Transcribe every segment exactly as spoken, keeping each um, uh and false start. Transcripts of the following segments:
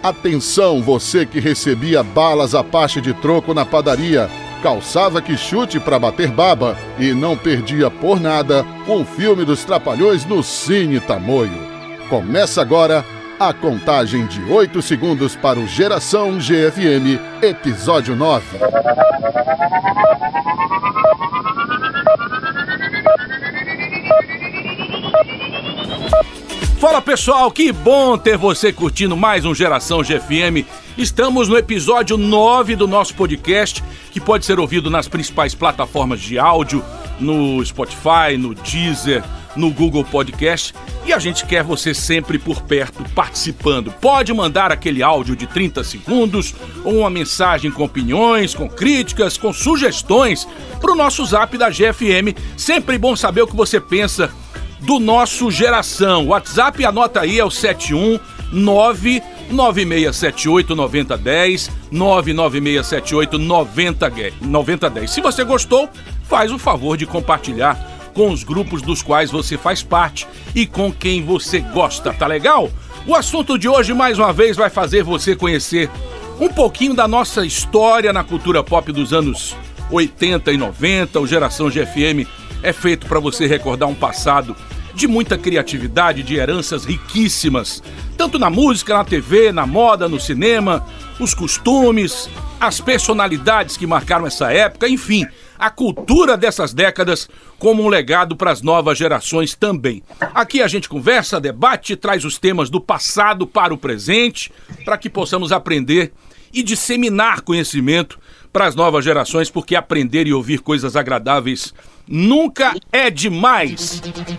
Atenção, você que recebia balas Apache de troco na padaria, calçava que chute pra bater baba e não perdia por nada um filme dos Trapalhões no Cine Tamoio. Começa agora a contagem de oito segundos para o Geração G F M, episódio nove. Fala pessoal, que bom ter você curtindo mais um Geração G F M. Estamos no episódio nove do nosso podcast, que pode ser ouvido nas principais plataformas de áudio, no Spotify, no Deezer, no Google Podcast. E a gente quer você sempre por perto, participando. Pode mandar aquele áudio de trinta segundos, ou uma mensagem com opiniões, com críticas, com sugestões para o nosso zap da G F M. Sempre bom saber o que você pensa do nosso Geração. O WhatsApp, anota aí, é o sete um nove nove seis sete oito nove zero um zero, nove nove seis sete oito nove zero um zero. Se você gostou, faz o favor de compartilhar com os grupos dos quais você faz parte e com quem você gosta, tá legal? O assunto de hoje, mais uma vez, vai fazer você conhecer um pouquinho da nossa história na cultura pop dos anos oitenta e noventa. O Geração G F M é feito para você recordar um passado de muita criatividade, de heranças riquíssimas, tanto na música, na T V, na moda, no cinema, os costumes, as personalidades que marcaram essa época, enfim, a cultura dessas décadas como um legado para as novas gerações também. Aqui a gente conversa, debate, traz os temas do passado para o presente, para que possamos aprender e disseminar conhecimento para as novas gerações, porque aprender e ouvir coisas agradáveis nunca é demais.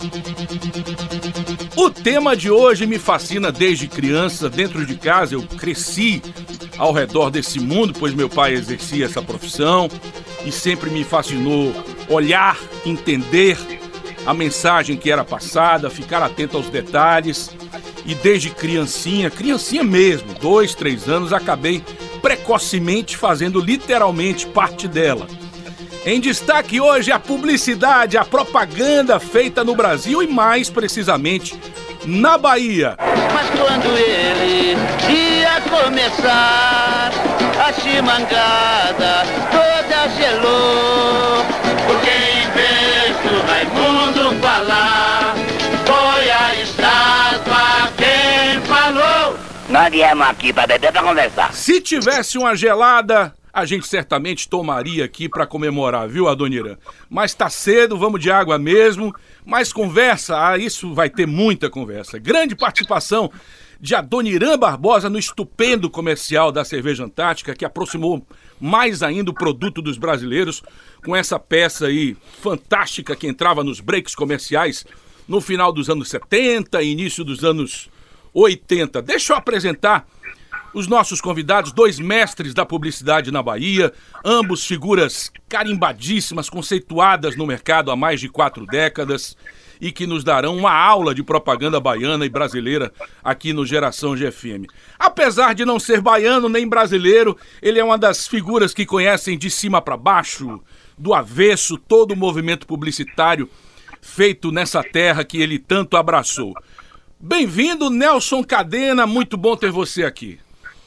O tema de hoje me fascina desde criança. Dentro de casa eu cresci ao redor desse mundo, pois meu pai exercia essa profissão e sempre me fascinou olhar, entender a mensagem que era passada, ficar atento aos detalhes. E desde criancinha, criancinha mesmo, dois, três anos, acabei precocemente fazendo literalmente parte dela. Em destaque hoje a publicidade, a propaganda feita no Brasil e mais precisamente na Bahia. Mas quando ele ia começar, a chimangada toda gelou, porque em vez do Raimundo falar, foi a estátua quem falou. Nós viemos aqui para beber, para conversar. Se tivesse uma gelada, a gente certamente tomaria aqui para comemorar, viu, Adoniran? Mas tá cedo, vamos de água mesmo. Mas conversa, ah, isso vai ter muita conversa. Grande participação de Adoniran Barbosa no estupendo comercial da Cerveja Antártica, que aproximou mais ainda o produto dos brasileiros com essa peça aí fantástica que entrava nos breaks comerciais no final dos anos setenta e início dos anos oitenta. Deixa eu apresentar os nossos convidados, dois mestres da publicidade na Bahia, ambos figuras carimbadíssimas, conceituadas no mercado há mais de quatro décadas e que nos darão uma aula de propaganda baiana e brasileira aqui no Geração G F M. Apesar de não ser baiano nem brasileiro, ele é uma das figuras que conhecem de cima para baixo, do avesso, todo o movimento publicitário feito nessa terra que ele tanto abraçou. Bem-vindo, Nelson Cadena, muito bom ter você aqui.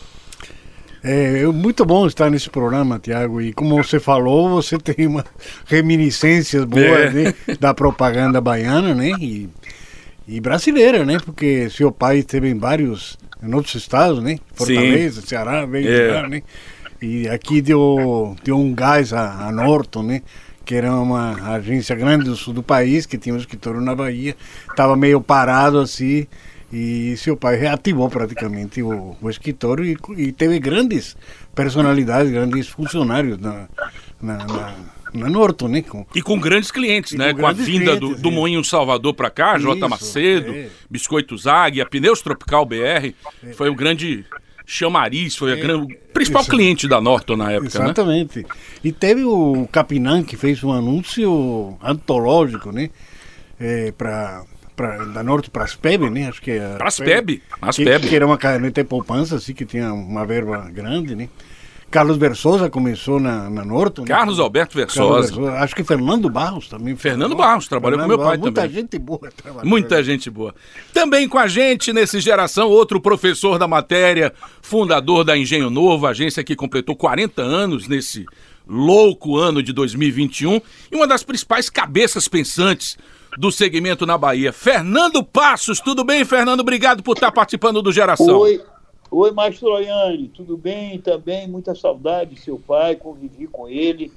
É muito bom estar nesse programa, Tiago, e como você falou, você tem uma reminiscências boas, é. né, da propaganda baiana, né, e, e brasileira, né, porque seu pai esteve em vários, em outros estados, né, Fortaleza, Sim. Ceará, veio é. Lugar, né, e aqui deu, deu um gás a, a Norton, né, que era uma agência grande do sul do país, que tinha um escritório na Bahia, estava meio parado assim, e seu pai reativou praticamente o, o escritório e, e teve grandes personalidades, grandes funcionários na, na, na, na Norton, né? Com, e com grandes clientes, né? Com, com a vinda clientes, do, do Moinho Salvador para cá, Isso, J. Macedo, é. Biscoitos Águia, Pneus Tropical B R, é. foi um grande chamariz, foi é. a grande, o principal Isso. cliente da Norton na época, Exatamente. né? E teve o Capinã, que fez um anúncio antológico, né? É, para... Pra, da Norte para as P E B, né? Acho que é. Para as P E B, as que, P E B. Que era uma caderneta de poupança, assim, que tinha uma verba grande, né? Carlos Versosa começou na, na Norton. Carlos né? Alberto Versosa. Carlos, acho que Fernando Barros também. Fernando Barros, trabalhou Fernando com meu pai muita também. Muita gente boa trabalhou. Muita gente boa. Também com a gente nesse Geração, outro professor da matéria, fundador da Engenho Novo, agência que completou quarenta anos nesse louco ano de dois mil e vinte e um, e uma das principais cabeças pensantes do segmento na Bahia. Fernando Passos, tudo bem, Fernando? Obrigado por estar participando do Geração. Oi. Oi, Mastroianni, tudo bem? Também, muita saudade de seu pai, convivi com ele.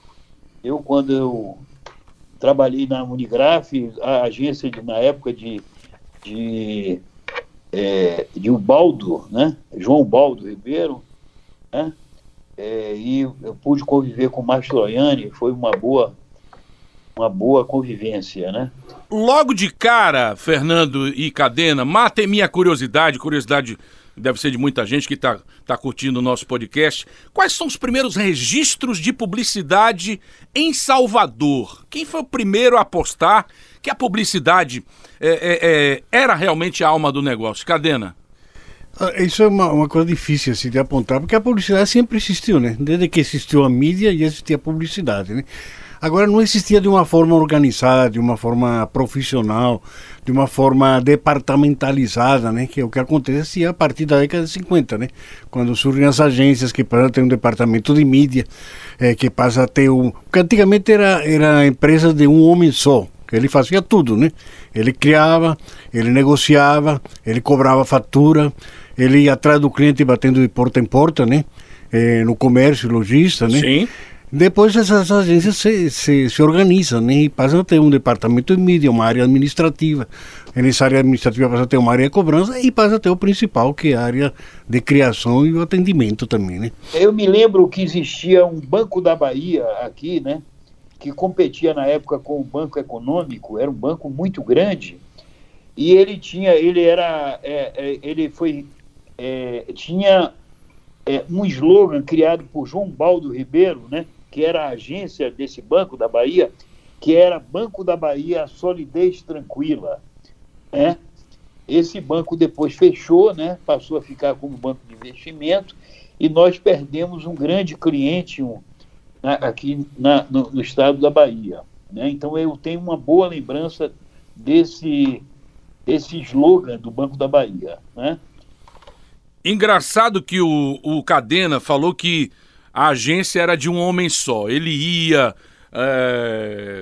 Eu, quando eu trabalhei na Unigraf, a agência de, na época de, de, é, de Ubaldo, né? João Baldo Ribeiro, né? É, e eu pude conviver com o Mastroianni, foi uma boa, uma boa convivência, né? Logo de cara, Fernando e Cadena, matem minha curiosidade, curiosidade... deve ser de muita gente que está tá curtindo o nosso podcast. Quais são os primeiros registros de publicidade em Salvador? Quem foi o primeiro a apostar que a publicidade é, é, é, era realmente a alma do negócio? Cadena? Isso é uma, uma coisa difícil assim, de apontar, porque a publicidade sempre existiu, né? Desde que existiu a mídia, já existia a publicidade, né? Agora, não existia de uma forma organizada, de uma forma profissional, de uma forma departamentalizada, né? Que é o que acontece a partir da década de cinquenta, né? Quando surgem as agências que passam a ter um departamento de mídia, é, que passa a ter um... Porque antigamente era, era empresa de um homem só, que ele fazia tudo, né? Ele criava, ele negociava, ele cobrava fatura, ele ia atrás do cliente batendo de porta em porta, né? É, no comércio, lojista, né? Sim. Depois essas agências se, se, se organizam, né? E passam a ter um departamento de mídia, uma área administrativa. E nessa área administrativa passa a ter uma área de cobrança e passa a ter o principal, que é a área de criação e o atendimento também, né? Eu me lembro que existia um Banco da Bahia aqui, né? Que competia na época com o Banco Econômico, era um banco muito grande. E ele tinha, ele era, é, é, ele foi, é, tinha é, um slogan criado por João Baldo Ribeiro, né? Que era a agência desse Banco da Bahia, que era Banco da Bahia Solidez Tranquila, né? Esse banco depois fechou, né? Passou a ficar como banco de investimento e nós perdemos um grande cliente um, na, aqui na, no, no estado da Bahia, né? Então eu tenho uma boa lembrança desse, desse slogan do Banco da Bahia, né? Engraçado que o, o Cadena falou que a agência era de um homem só. Ele ia é,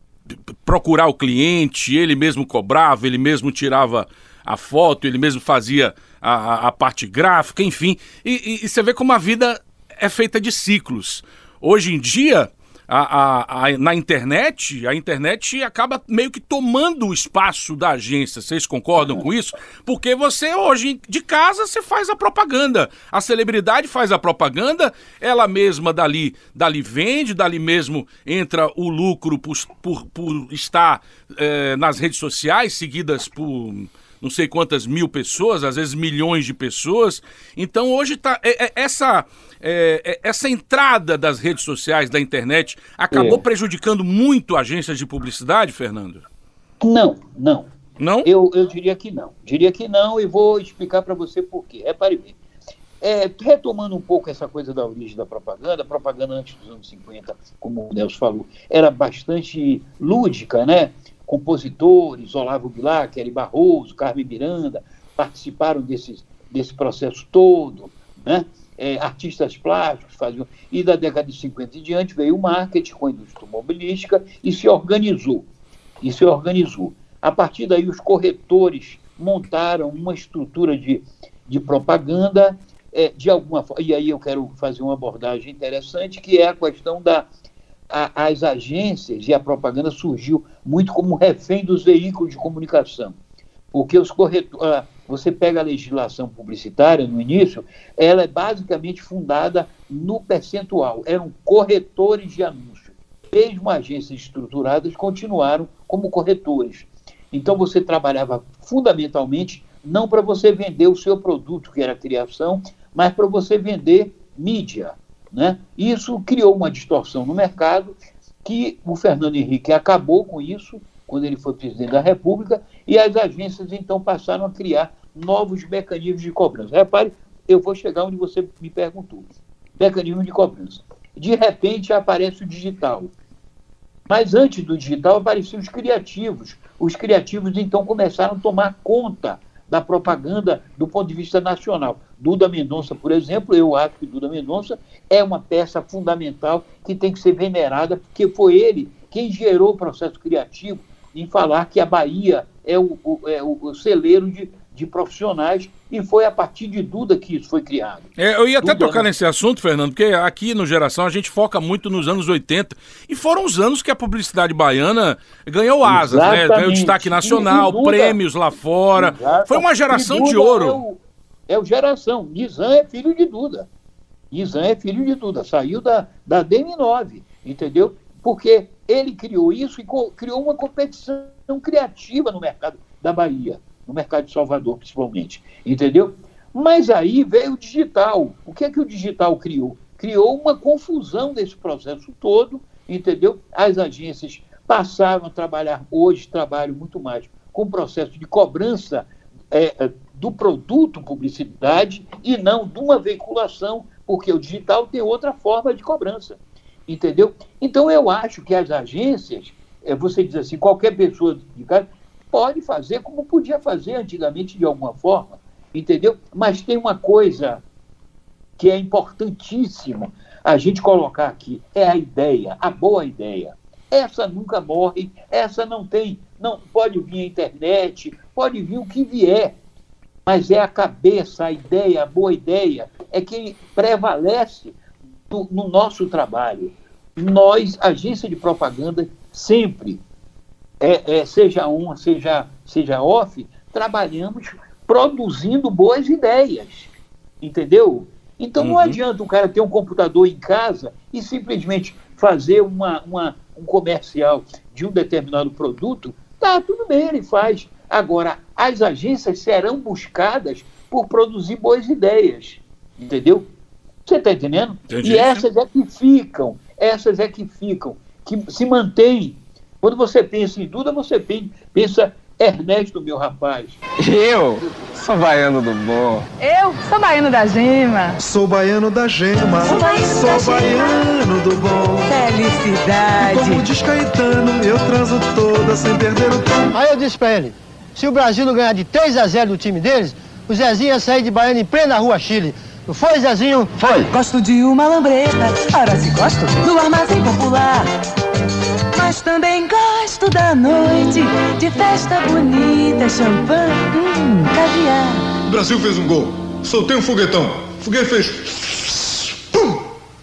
procurar o cliente, ele mesmo cobrava, ele mesmo tirava a foto, ele mesmo fazia a, a, a parte gráfica, enfim. E, e, e você vê como a vida é feita de ciclos. Hoje em dia, a, a, a, na internet, a internet acaba meio que tomando o espaço da agência. Vocês concordam com isso? Porque você hoje, de casa, você faz a propaganda. A celebridade faz a propaganda, ela mesma dali, dali vende, dali mesmo entra o lucro por, por, por estar é, nas redes sociais, seguidas por não sei quantas mil pessoas, às vezes milhões de pessoas. Então hoje tá, é, é, essa, é, é, essa entrada das redes sociais, da internet, acabou é. prejudicando muito agências de publicidade, Fernando? Não, não. Não? Eu, eu diria que não. Diria que não e vou explicar para você por quê. Repare bem. É, retomando um pouco essa coisa da origem da propaganda, a propaganda antes dos anos cinquenta, como o Nelson falou, era bastante lúdica, né? Compositores, Olavo Bilac, Kelly Barroso, Carmen Miranda, participaram desse, desse processo todo, né? É, artistas plásticos faziam. E da década de cinquenta em diante veio o marketing com a indústria automobilística e se organizou. E se organizou. A partir daí, os corretores montaram uma estrutura de, de propaganda, é, de alguma forma. E aí eu quero fazer uma abordagem interessante, que é a questão da. A, as agências e a propaganda surgiu muito como refém dos veículos de comunicação. Porque os corretores, você pega a legislação publicitária no início, ela é basicamente fundada no percentual. Eram corretores de anúncio. Mesmo agências estruturadas continuaram como corretores. Então você trabalhava fundamentalmente não para você vender o seu produto, que era a criação, mas para você vender mídia, né? Isso criou uma distorção no mercado que o Fernando Henrique acabou com isso quando ele foi presidente da República e as agências então passaram a criar novos mecanismos de cobrança. Repare, eu vou chegar onde você me perguntou. mecanismo de cobrança. De repente aparece o digital. Mas antes do digital apareciam os criativos. Os criativos, então, começaram a tomar conta da propaganda do ponto de vista nacional. Duda Mendonça, por exemplo, eu acho que Duda Mendonça é uma peça fundamental que tem que ser venerada, porque foi ele quem gerou o processo criativo em falar que a Bahia é o, o, é o celeiro de, de profissionais, e foi a partir de Duda que isso foi criado. É, eu ia até Duda, tocar né? nesse assunto, Fernando, porque aqui no Geração a gente foca muito nos anos oitenta, e foram os anos que a publicidade baiana ganhou asas, né? Ganhou destaque nacional, e, e Duda, prêmios lá fora. Exatamente. Foi uma geração de ouro. É o, é o Geração. Nizam é filho de Duda. Nizam é filho de Duda. Saiu da, da D M nove, entendeu? Porque ele criou isso e co- criou uma competição criativa no mercado da Bahia, no mercado de Salvador, principalmente, entendeu? Mas aí veio o digital. O que é que o digital criou? Criou uma confusão desse processo todo, entendeu? As agências passaram a trabalhar, hoje trabalham muito mais com o processo de cobrança é, do produto publicidade e não de uma veiculação, porque o digital tem outra forma de cobrança, entendeu? Então eu acho que as agências, é, você diz assim, qualquer pessoa de casa pode fazer como podia fazer antigamente de alguma forma, entendeu? Mas tem uma coisa que é importantíssima a gente colocar aqui, é a ideia, a boa ideia. Essa nunca morre, essa não tem, não pode vir a internet, pode vir o que vier, mas é a cabeça, a ideia, a boa ideia, é quem prevalece no, no nosso trabalho. Nós, agência de propaganda, sempre, é, é, seja on, seja, seja off, trabalhamos produzindo boas ideias, entendeu? Então, uhum. Não adianta o cara ter um computador em casa e simplesmente fazer uma, uma, um comercial de um determinado produto. Tá, tudo bem, ele faz. Agora, as agências serão buscadas por produzir boas ideias, entendeu? Você está entendendo? Entendi. E essas é que ficam, essas é que ficam, que se mantêm. Quando você pensa em Duda, você pensa Ernesto, meu rapaz. Eu sou baiano do bom. Eu sou baiano da Gema. Sou baiano da Gema. Sou baiano, sou da baiano Gema. do bom. Felicidade. E como diz Caetano, eu transo toda sem perder o tom. Aí eu disse pra ele, se o Brasil não ganhar de três a zero do time deles, o Zezinho ia sair de baiano em plena rua Chile. Não foi, Zezinho? Foi. Gosto de uma lambreta, ora se gosto, no armazém popular. Mas também gosto da noite, de festa bonita, champanhe, hum, caviar. O Brasil fez um gol, soltei um foguetão, o foguete fez... Pum!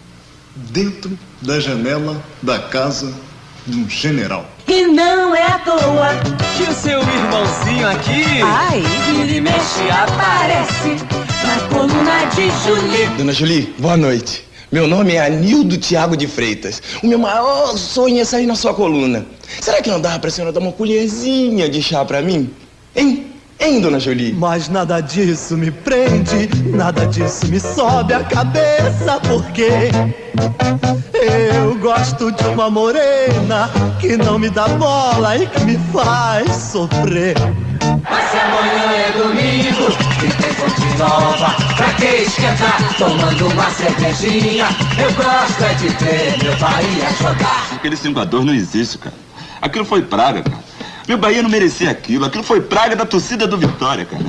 Dentro da janela da casa de um general. E não é à toa que o seu irmãozinho aqui... Ai, vira e mexe, aparece na coluna de Julie. Dona Julie, boa noite. Meu nome é Anildo Thiago de Freitas. O meu maior sonho é sair na sua coluna. Será que não dava pra senhora dar uma colherzinha de chá pra mim? Hein? Hein, Dona Julie? Mas nada disso me prende, nada disso me sobe a cabeça, porque eu gosto de uma morena que não me dá bola e que me faz sofrer. Mas se amanhã é domingo e tem fonte nova, pra que esquentar tomando uma cervejinha? Eu gosto é de ver meu Bahia jogar. Aquele cinco a dois não existe, cara. Aquilo foi praga, cara. Meu Bahia não merecia aquilo. Aquilo foi praga da torcida do Vitória, cara.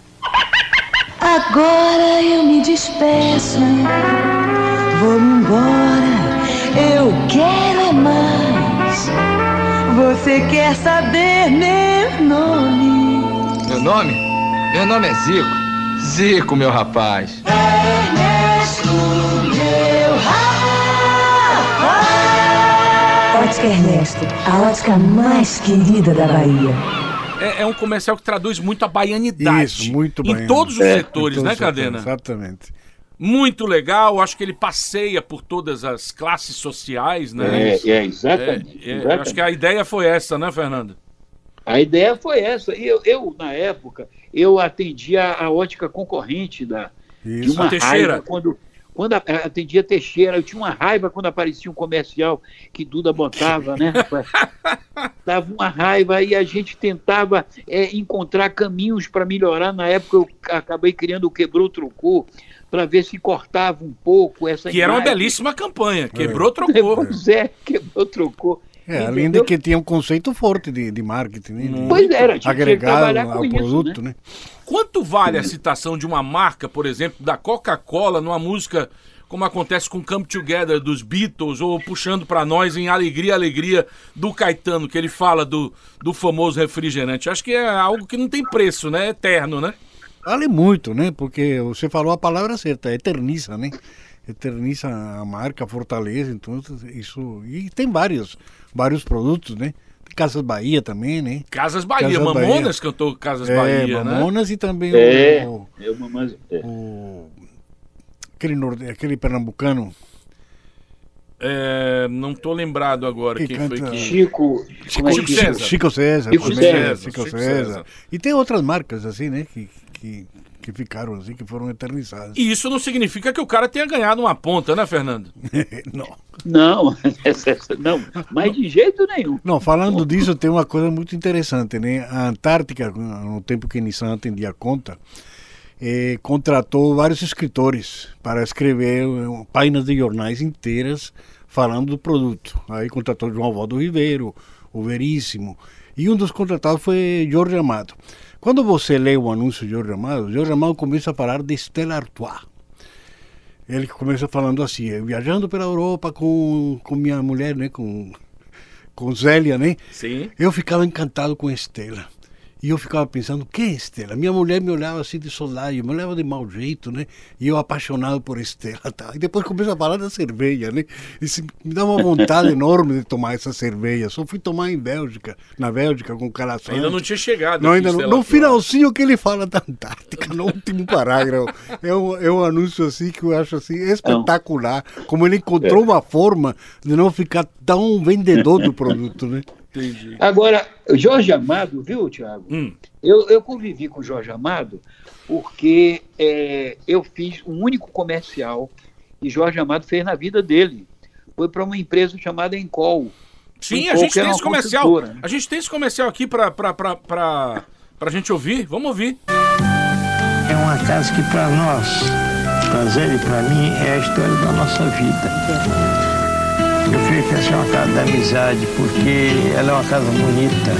Agora eu me despeço, vou embora, eu quero é mais. Você quer saber meu nome? Meu nome? Meu nome é Zico. Zico, meu rapaz. Ernesto, meu rapaz. Ótica Ernesto, a ótica mais querida da Bahia. É, é um comercial que traduz muito a baianidade. Isso, muito baiano. Em todos os é, setores, todos né, os Cadena? Setores, exatamente. Muito legal, acho que ele passeia por todas as classes sociais, né? É, é exatamente, é, é, exatamente. Acho que a ideia foi essa, né, Fernando? A ideia foi essa. E eu, eu na época, eu atendia a ótica concorrente da, de uma Teixeira. raiva, quando, Quando a, atendia Teixeira, eu tinha uma raiva quando aparecia um comercial que Duda botava, né, rapaz? Dava uma raiva e a gente tentava é, encontrar caminhos para melhorar. Na época eu acabei criando o Quebrou, Trocou, para ver se cortava um pouco essa Que era uma belíssima campanha, Quebrou, Trocou. Pois é, Quebrou, Trocou. É, além de que tinha um conceito forte de, de marketing, né? De pois era, tinha agregado que ao isso, produto, né? né? Quanto vale a citação de uma marca, por exemplo, da Coca-Cola, numa música como acontece com Come Together dos Beatles, ou puxando para nós em Alegria, Alegria do Caetano, que ele fala do, do famoso refrigerante? Acho que é algo que não tem preço, né? É eterno, né? Vale muito, né? Porque você falou a palavra certa, eterniza, né? Eterniza a marca, fortaleza, então isso... E tem vários, vários produtos, né? Casas Bahia também, né? Casas Bahia, Casas Mamonas Bahia. cantou Casas é, Bahia, Mamonas né? E também é, o... Eu, Mamonas, é. o aquele, norde, aquele pernambucano... É, não tô lembrado agora que quem canta... foi que... Chico... Chico, Chico César. Chico César. Chico Chico César. César. Chico Chico César. César. E tem outras marcas assim, né? Que, que, que ficaram assim, que foram eternizadas. E isso não significa que o cara tenha ganhado uma ponta, né, Fernando? Não. Não, não, mas de jeito nenhum. Não, falando disso, tem uma coisa muito interessante, né? A Antártica, no tempo que a Nissan atendia conta, eh, contratou vários escritores para escrever eh, páginas de jornais inteiras falando do produto. Aí contratou João Valdo Ribeiro, o Veríssimo, e um dos contratados foi Jorge Amado. Quando você lê o anúncio de Jorge Amado, Jorge Amado começa a falar de Stella Artois. Ele começa falando assim, viajando pela Europa com, com minha mulher, né, com, com Zélia, né? Sim. Eu ficava encantado com Estela. E eu ficava pensando, que Estela? Minha mulher me olhava assim de soslaio, me olhava de mau jeito, né? E eu apaixonado por Estela, tá? E depois começa a falar da cerveja, né? E se, me dá uma vontade enorme de tomar essa cerveja. Só fui tomar em Bélgica, na Bélgica, com Calaçante. Ainda não tinha chegado. Não, ainda não. No finalzinho que ele fala da Antártica, no último parágrafo. É um, é um anúncio assim que eu acho assim espetacular. Como ele encontrou uma forma de não ficar tão vendedor do produto, né? Entendi. Agora, Jorge Amado, viu, Tiago? Hum. Eu, eu convivi com o Jorge Amado porque é, eu fiz um único comercial que Jorge Amado fez na vida dele. Foi para uma empresa chamada Encol. Sim, Encol, a gente que era tem uma esse comercial. construtora, né? A gente tem esse comercial aqui para pra, pra, pra, pra gente ouvir. Vamos ouvir. É uma casa que para nós, para Zé e para mim, é a história da nossa vida. Eu creio que essa é uma casa da amizade, porque ela é uma casa bonita.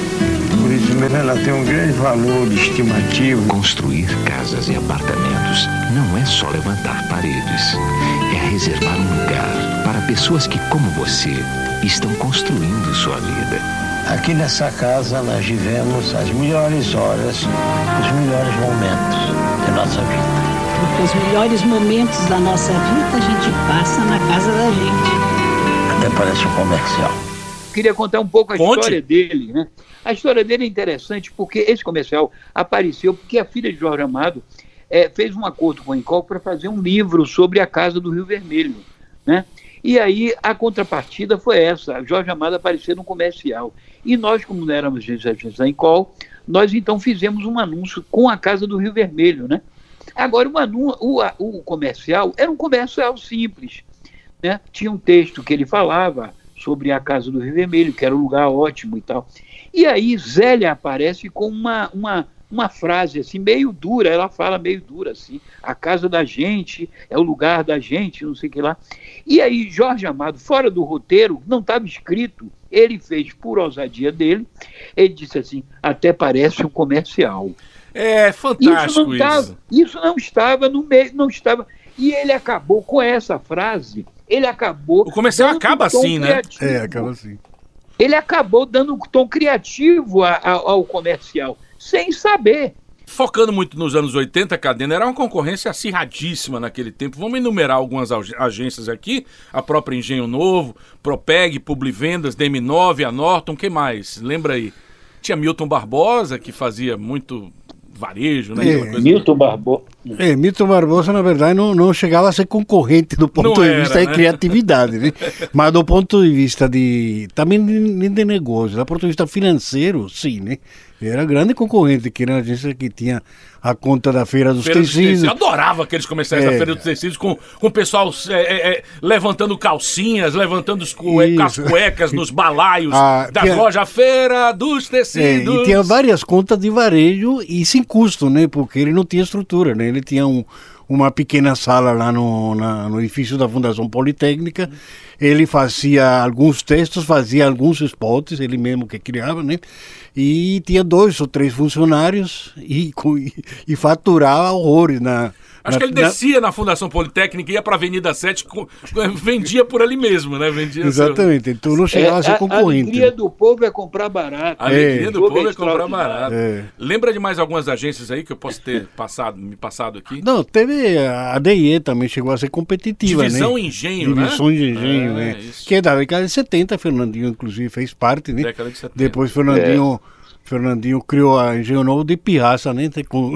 Por isso mesmo ela tem um grande valor estimativo. Construir casas e apartamentos não é só levantar paredes. É reservar um lugar para pessoas que, como você, estão construindo sua vida. Aqui nessa casa nós vivemos as melhores horas, os melhores momentos da nossa vida. Porque os melhores momentos da nossa vida a gente passa na casa da gente. Até parece um comercial. Queria contar um pouco a Conte. história dele, né? A história dele é interessante porque esse comercial apareceu porque a filha de Jorge Amado é, fez um acordo com a Encol para fazer um livro sobre a Casa do Rio Vermelho, né? E aí a contrapartida foi essa, Jorge Amado apareceu no comercial. E nós, como não éramos agentes da Encol, nós então fizemos um anúncio com a Casa do Rio Vermelho, né? Agora, o, anúncio, o, o comercial era um comercial simples, né? Tinha um texto que ele falava sobre a Casa do Rio Vermelho, que era um lugar ótimo e tal. E aí Zélia aparece com uma, uma, uma frase assim, meio dura, ela fala meio dura assim, a casa da gente é o lugar da gente, não sei o que lá. E aí Jorge Amado, fora do roteiro, não estava escrito, ele fez por ousadia dele, ele disse assim, até parece um comercial. É fantástico isso. Não estava, isso. isso não estava no meio, não estava... E ele acabou com essa frase, ele acabou... O comercial acaba um assim, né? criativo. É, acaba assim. Ele acabou dando um tom criativo a, a, ao comercial, sem saber. Focando muito nos anos oitenta, Cadena, era uma concorrência acirradíssima naquele tempo. Vamos enumerar algumas agências aqui. A própria Engenho Novo, Propeg, Publivendas, D M nove, a Norton, quem mais? Lembra aí? Tinha Milton Barbosa, que fazia muito varejo, né? É, Milton Barbosa. É, Milton Barbosa, na verdade, não, não chegava a ser concorrente do ponto não de era, vista né? de criatividade, né? Mas do ponto de vista de... também de, de negócio, do ponto de vista financeiro, sim, né? Era grande concorrente, que era a agência que tinha a conta da Feira dos Feira Tecidos. Dos Tecidos. Eu adorava aqueles comerciais é. da Feira dos Tecidos com, com o pessoal é, é, levantando calcinhas, levantando os cue... as cuecas nos balaios ah, da tinha... loja Feira dos Tecidos. É, e tinha várias contas de varejo e sem custo, né? Porque ele não tinha estrutura, né? Ele tinha um, uma pequena sala lá no, na, no edifício da Fundação Politécnica. Ele fazia alguns textos, fazia alguns spots, ele mesmo que criava, né? E tinha dois ou três funcionários e, e, e faturava horrores na... Acho na, que ele descia na... na Fundação Politécnica, ia para a Avenida sete, vendia por ali mesmo, né? Vendia Exatamente, seu... então não chegava é, a ser concorrente. A alegria do povo é comprar barato. A alegria é. do povo é comprar barato. É. Lembra de mais algumas agências aí que eu posso ter passado, me passado aqui? Não, teve a D I E também chegou a ser competitiva, Divisão né? Engenho, Divisão né? de Engenho, é, né? Isso. Que é da década de setenta, Fernandinho inclusive fez parte, né? Década de setenta. Depois Fernandinho... É. Fernandinho criou a Engenho Novo de Pirraça, né? Com,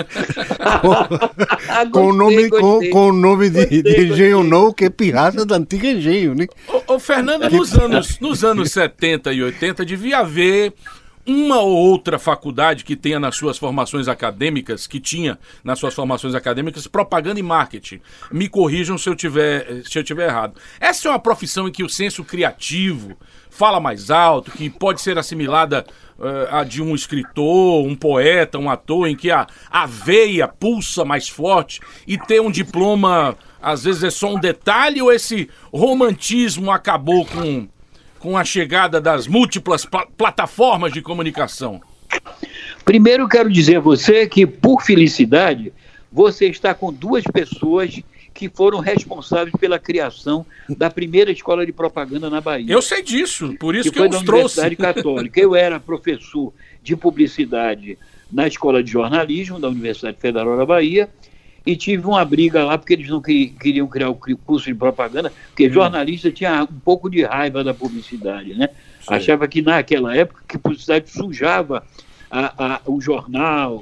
com, com o nome, com, com o nome de, gostei, de Engenho Novo, que é Pirraça da antiga Engenho, né? Ô, ô Fernando, nos anos, nos anos setenta e oitenta devia haver uma ou outra faculdade que tenha nas suas formações acadêmicas, que tinha nas suas formações acadêmicas, propaganda e marketing. Me corrijam se eu tiver, se eu tiver errado. Essa é uma profissão em que o senso criativo fala mais alto, que pode ser assimilada uh, a de um escritor, um poeta, um ator, em que a, a veia pulsa mais forte e ter um diploma, às vezes é só um detalhe, ou esse romantismo acabou com... com a chegada das múltiplas pl- plataformas de comunicação? Primeiro, quero dizer a você que, por felicidade, você está com duas pessoas que foram responsáveis pela criação da primeira escola de propaganda na Bahia. Eu sei disso, por isso que, que eu os trouxe. Universidade Católica. Eu era professor de publicidade na Escola de Jornalismo da Universidade Federal da Bahia, e tive uma briga lá porque eles não que, queriam criar o curso de propaganda, porque hum. jornalista tinha um pouco de raiva da publicidade, né? Sim. Achava que naquela época que a publicidade sujava a, a, o jornal.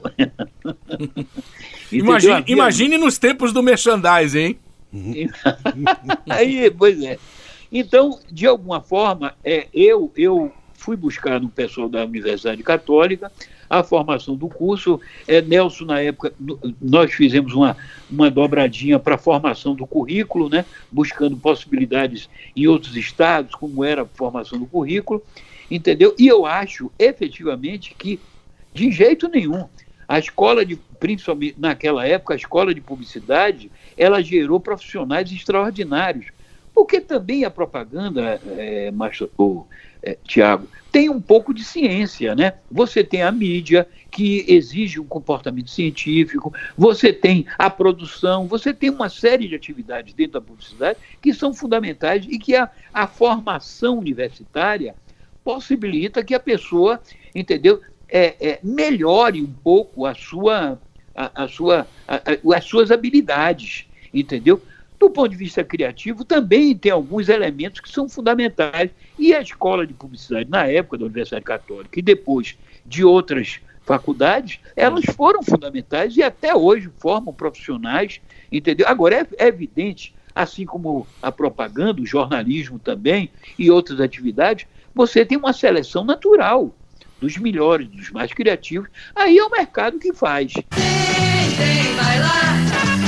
imagine, imagine nos tempos do merchandising, hein? Aí, pois é. Então, de alguma forma, é, eu, eu fui buscar no pessoal da Universidade Católica a formação do curso. É, Nelson, na época, nós fizemos uma, uma dobradinha para a formação do currículo, né, buscando possibilidades em outros estados, como era a formação do currículo, entendeu? E eu acho, efetivamente, que, de jeito nenhum, a escola de, principalmente naquela época, a escola de publicidade, ela gerou profissionais extraordinários, porque também a propaganda, é, Mastro, oh, é, Tiago, tem um pouco de ciência, né? Você tem a mídia, que exige um comportamento científico, você tem a produção, você tem uma série de atividades dentro da publicidade que são fundamentais e que a, a formação universitária possibilita que a pessoa, entendeu, é, é, melhore um pouco a sua, a, a sua, a, a, as suas habilidades, entendeu? Do ponto de vista criativo, também tem alguns elementos que são fundamentais. E a escola de publicidade, na época da Universidade Católica e depois de outras faculdades, elas foram fundamentais e até hoje formam profissionais, entendeu? Agora, é, é evidente, assim como a propaganda, o jornalismo também e outras atividades, você tem uma seleção natural dos melhores, dos mais criativos. Aí é o mercado que faz. Tem, tem, vai lá.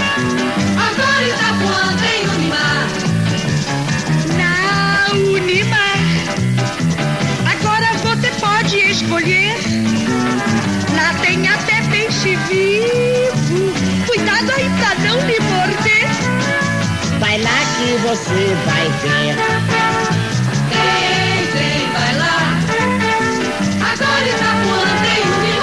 Agora Itapuã tem Unimar. Na Unimar, agora você pode escolher. Lá tem até peixe vivo. Cuidado aí pra não me morder. Vai lá que você vai ver. Tem, tem, vai lá. Agora Itapuã tem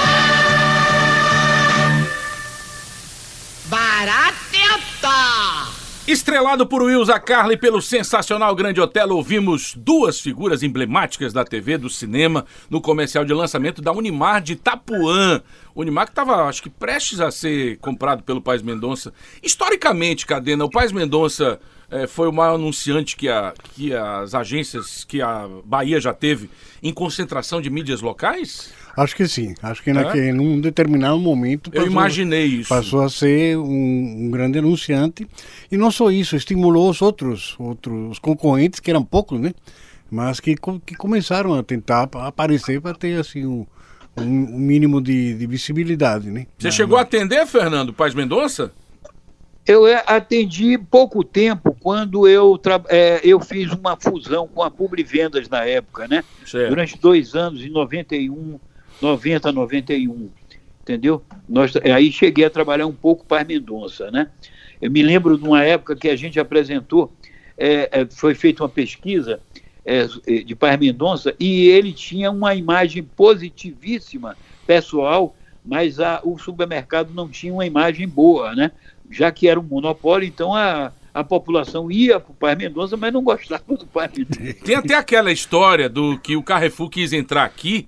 Unimar. Barateta! Estrelado por Will Zacarli e pelo sensacional Grande Otelo, ouvimos duas figuras emblemáticas da T V, do cinema, no comercial de lançamento da Unimar de Itapuã. Unimar que estava, acho que, prestes a ser comprado pelo Paes Mendonça. Historicamente, Cadena, o Paes Mendonça eh, foi o maior anunciante que, a, que as agências, que a Bahia já teve em concentração de mídias locais? Acho que sim. Acho que naquele, é? num determinado momento... Passou, Eu imaginei isso. Passou a ser um, um grande anunciante. E não só isso, estimulou os outros, outros concorrentes, que eram poucos, né? Mas que, que começaram a tentar aparecer para ter, assim, um, um mínimo de, de visibilidade, né? Você chegou a atender, Fernando Paes Mendonça? Eu atendi pouco tempo quando eu, é, eu fiz uma fusão com a Publivendas na época, né? Certo. Durante dois anos, em noventa e um, noventa, noventa e um, entendeu? Nós, aí cheguei a trabalhar um pouco para Mendonça, né? Eu me lembro de uma época que a gente apresentou, é, é, foi feita uma pesquisa é, de Paes Mendonça e ele tinha uma imagem positivíssima, pessoal, mas a, o supermercado não tinha uma imagem boa, né? Já que era um monopólio, então a, a população ia para o Paes Mendonça, mas não gostava do Paes Mendonça. Tem até aquela história do que o Carrefour quis entrar aqui,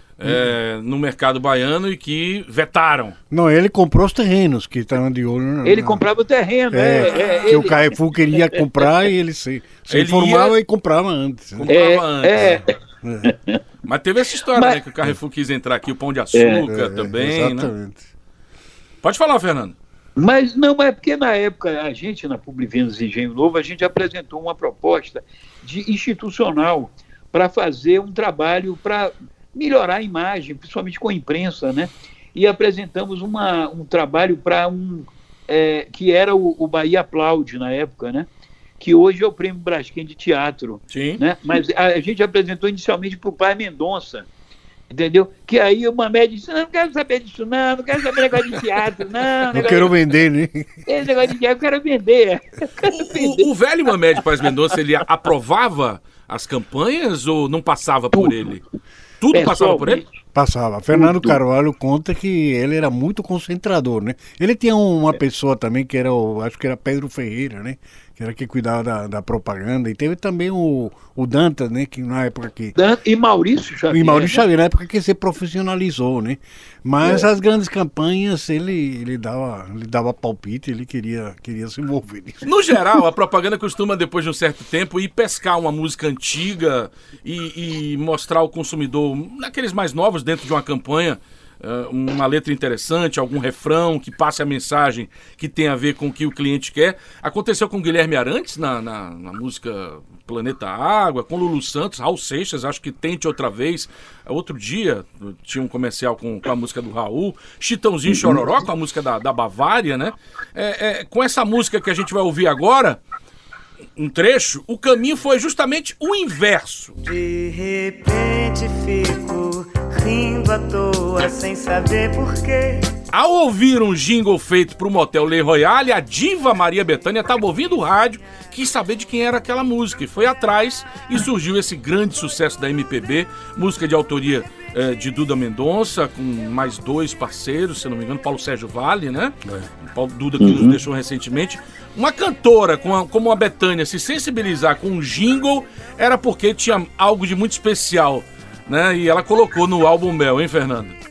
é, uhum. no mercado baiano e que vetaram. Não, ele comprou os terrenos que estavam de olho. Não, ele não. comprava o terreno. É, é, é, que ele... o Carrefour queria comprar e ele se, se ele informava ia... e comprava antes. Comprava é, antes. É. É. Mas teve essa história, mas... né, que o Carrefour quis entrar aqui, o Pão de Açúcar é, também, exatamente. Né? Pode falar, Fernando. Mas não, é porque na época, a gente na Publivendas Engenho Novo, a gente apresentou uma proposta de institucional para fazer um trabalho para melhorar a imagem, principalmente com a imprensa, né? E apresentamos uma, um trabalho para um, é, que era o, o Bahia Aplaude na época, né? Que hoje é o Prêmio Braskem de Teatro. Sim. Né? Mas a, a gente apresentou inicialmente para o Paes Mendonça, entendeu? Que aí o Mamed disse, não, não quero saber disso não, não quero saber negócio de teatro, não. Não quero de... vender, né? Esse negócio de teatro eu quero vender. Eu quero o, vender. O, o velho Mamed Paes Mendonça, ele aprovava as campanhas ou não passava por Tudo. ele? Tudo Pessoal, passava por ele? Passava. Fernando Carvalho conta que ele era muito concentrador, né? Ele tinha uma pessoa também que era, o, acho que era Pedro Ferreira, né? Que era que cuidava da, da propaganda. E teve também o, o Dantas, né? Que na época que... Dan, e Maurício Xavier. E Maurício Xavier, na época que se profissionalizou, né? Mas é. as grandes campanhas, ele, ele, dava, ele dava palpite, ele queria, queria se envolver nisso. No geral, a propaganda costuma, depois de um certo tempo, ir pescar uma música antiga e, e mostrar ao consumidor, naqueles mais novos, dentro de uma campanha, uma letra interessante, algum refrão que passe a mensagem que tem a ver com o que o cliente quer. Aconteceu com Guilherme Arantes na, na, na música Planeta Água, com Lulu Santos, Raul Seixas, acho que Tente Outra Vez. Outro dia tinha um comercial com, com a música do Raul, Chitãozinho Chororó com a música da, da Bavária, né? É, é, com essa música que a gente vai ouvir agora, um trecho, o caminho foi justamente o inverso. De repente fico rindo à toa sem saber porquê. Ao ouvir um jingle feito para o Motel Le Royale, a diva Maria Bethânia estava ouvindo o rádio, quis saber de quem era aquela música e foi atrás e surgiu esse grande sucesso da M P B, música de autoria eh, de Duda Mendonça, com mais dois parceiros, se não me engano, Paulo Sérgio Vale, né? É. Paulo Duda que uhum. nos deixou recentemente. Uma cantora com a, como a Bethânia se sensibilizar com um jingle era porque tinha algo de muito especial, né? E ela colocou no álbum Mel, hein, Fernando?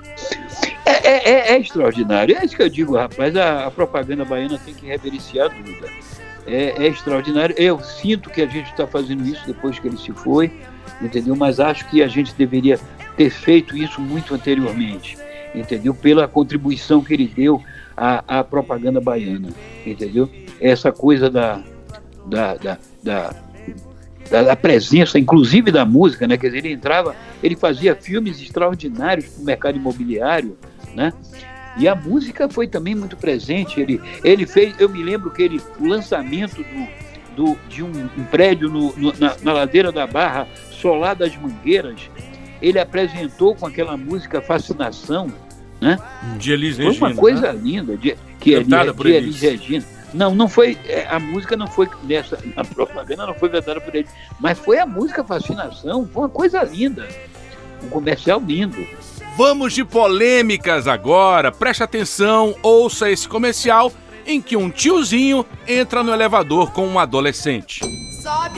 É, é, é extraordinário. É isso que eu digo, rapaz. A, a propaganda baiana tem que reverenciar a Duda. É, é extraordinário. Eu sinto que a gente está fazendo isso depois que ele se foi, entendeu? Mas acho que a gente deveria ter feito isso muito anteriormente, entendeu? Pela contribuição que ele deu à, à propaganda baiana, entendeu? Essa coisa da, da, da, da, da, da presença, inclusive da música, né? Quer dizer, ele entrava, ele fazia filmes extraordinários para o mercado imobiliário, né? E a música foi também muito presente. Ele, ele fez, eu me lembro que ele, o lançamento do, do, de um, um prédio no, no, na, na ladeira da Barra, Solar das Mangueiras, ele apresentou com aquela música Fascinação, né? De Elis foi Regina. Uma coisa né? linda, de, que é de, de Elis Regina. Não, não foi, a música não foi nessa, a propaganda não foi cantada por ele, mas foi a música Fascinação, foi uma coisa linda, um comercial lindo. Vamos de polêmicas agora, preste atenção, ouça esse comercial em que um tiozinho entra no elevador com um adolescente. Sobe.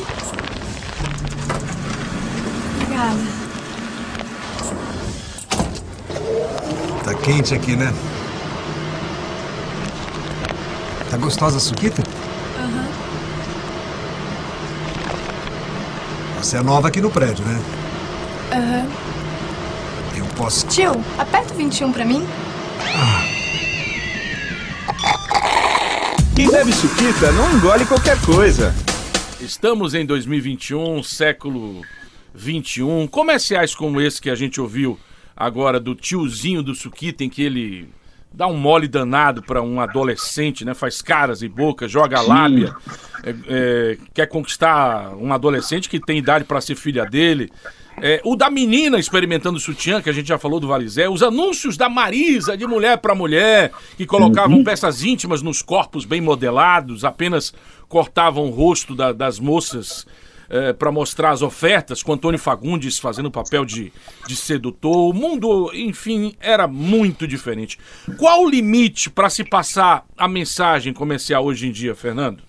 Obrigada. Tá quente aqui, né? Tá gostosa a suquita? Aham. Uhum. Você é nova aqui no prédio, né? Aham. Uhum. Eu posso... Tio, aperta o vinte e um pra mim. Quem bebe suquita não engole qualquer coisa. Estamos em dois mil e vinte e um, século vinte e um. Comerciais como esse que a gente ouviu agora do tiozinho do suquita, em que ele dá um mole danado para um adolescente, né? Faz caras e bocas, joga a lábia, é, é, quer conquistar um adolescente que tem idade para ser filha dele. É, o da menina experimentando sutiã, que a gente já falou do Valizé, os anúncios da Marisa, de mulher para mulher, que colocavam uhum. peças íntimas nos corpos bem modelados, apenas cortavam o rosto da, das moças é, para mostrar as ofertas, com Antônio Fagundes fazendo o papel de, de sedutor. O mundo, enfim, era muito diferente. Qual o limite para se passar a mensagem comercial hoje em dia, Fernando?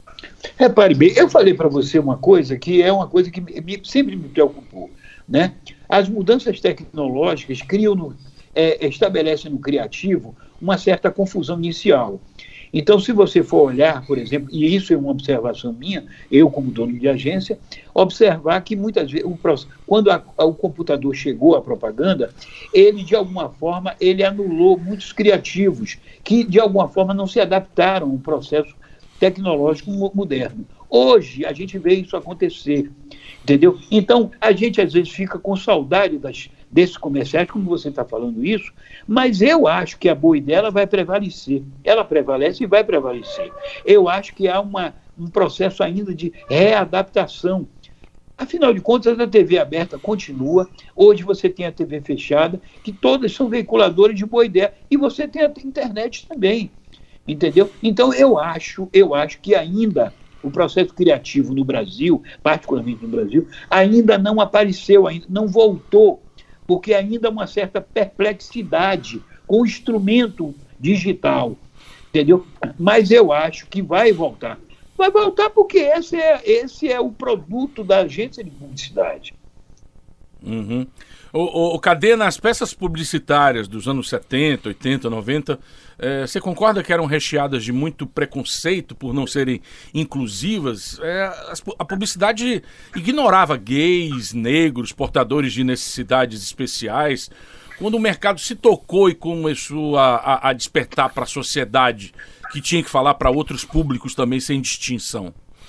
Repare bem, eu falei para você uma coisa que é uma coisa que me, sempre me preocupou, né? As mudanças tecnológicas criam no, é, estabelecem no criativo uma certa confusão inicial. Então, se você for olhar, por exemplo, e isso é uma observação minha, eu como dono de agência, observar que muitas vezes, o, quando a, a, o computador chegou à propaganda, ele de alguma forma, ele anulou muitos criativos que de alguma forma não se adaptaram ao processo tecnológico moderno. Hoje a gente vê isso acontecer, entendeu? Então a gente às vezes fica com saudade das, desses comerciais, como você está falando isso, mas eu acho que a boa ideia vai prevalecer. Ela prevalece e vai prevalecer. Eu acho que há uma, um processo ainda de readaptação. Afinal de contas, a T V aberta continua. Hoje você tem a T V fechada, que todas são veiculadoras de boa ideia. E você tem a internet também. Entendeu? Então eu acho, eu acho que ainda o processo criativo no Brasil, particularmente no Brasil, ainda não apareceu, ainda não voltou, porque ainda há uma certa perplexidade com o instrumento digital, entendeu? Mas eu acho que vai voltar. Vai voltar porque esse é, esse é o produto da agência de publicidade. Uhum. O, o, o Cadê, nas peças publicitárias dos anos setenta, oitenta, noventa, é, você concorda que eram recheadas de muito preconceito por não serem inclusivas? É, a publicidade ignorava gays, negros, portadores de necessidades especiais. Quando o mercado se tocou e começou a, a, a despertar para a sociedade, que tinha que falar para outros públicos também sem distinção.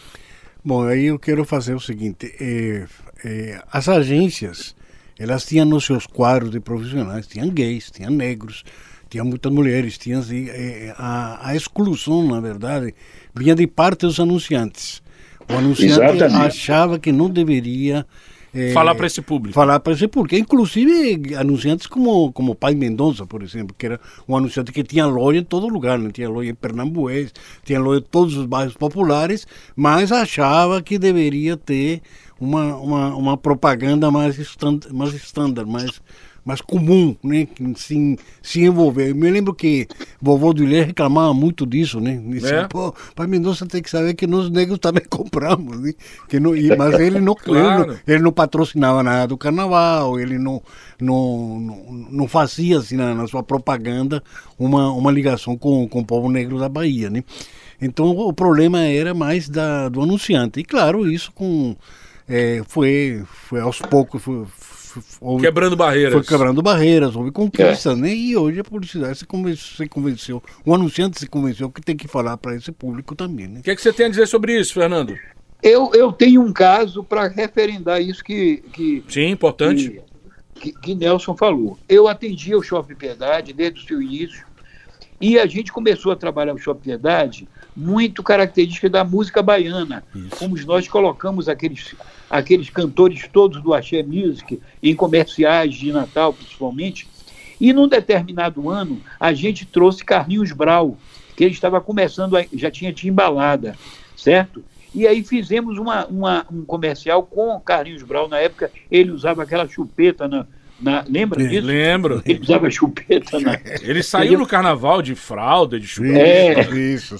Bom, aí eu quero fazer o seguinte, é, é, as agências, elas tinham nos seus quadros de profissionais, tinham gays, tinham negros, tinham muitas mulheres, tinham assim, é, a, a exclusão, na verdade, vinha de parte dos anunciantes. O anunciante Exatamente. achava que não deveria... É, falar para esse público. Falar para esse público. Inclusive, anunciantes como, como Pai Mendonça, por exemplo, que era um anunciante que tinha loja em todo lugar, né? Tinha loja em Pernambués, tinha loja em todos os bairros populares, mas achava que deveria ter uma, uma, uma propaganda mais estándar, mais, standard, mais, mais comum, né? Se, se envolver. Eu me lembro que vovô do Ilê reclamava muito disso, né? Disse, é. Pô, Pai Mendonça tem que saber que nós negros também compramos, né? Que não, mas ele não, claro. ele não, ele não patrocinava nada do carnaval, ele não, não, não, não fazia assim na, na sua propaganda uma, uma ligação com, com o povo negro da Bahia, né? Então o problema era mais da, do anunciante. E claro, isso com, é, foi, foi aos poucos... Foi, Houve, quebrando barreiras. Foi quebrando barreiras, houve conquistas, é. né? E hoje a publicidade se convenceu, se convenceu, o anunciante se convenceu que tem que falar para esse público também, né? O que, é que você tem a dizer sobre isso, Fernando? Eu, eu tenho um caso para referendar isso que, que... Sim, importante. Que, que, que Nelson falou. Eu atendia o Shopping Piedade desde o seu início e a gente começou a trabalhar o Shopping Piedade muito característica da música baiana. Isso. Como nós colocamos aqueles... aqueles cantores todos do Axé Music, em comerciais de Natal, principalmente. E num determinado ano, a gente trouxe Carlinhos Brau, que ele estava começando, a, já tinha timbalada, certo? E aí fizemos uma, uma, um comercial com Carlinhos Brau. Na época, ele usava aquela chupeta na... Na, lembra disso? Lembro. Ele usava chupeta. Na... Ele saiu Entendeu? no carnaval de fralda, de chupeta. É. Isso.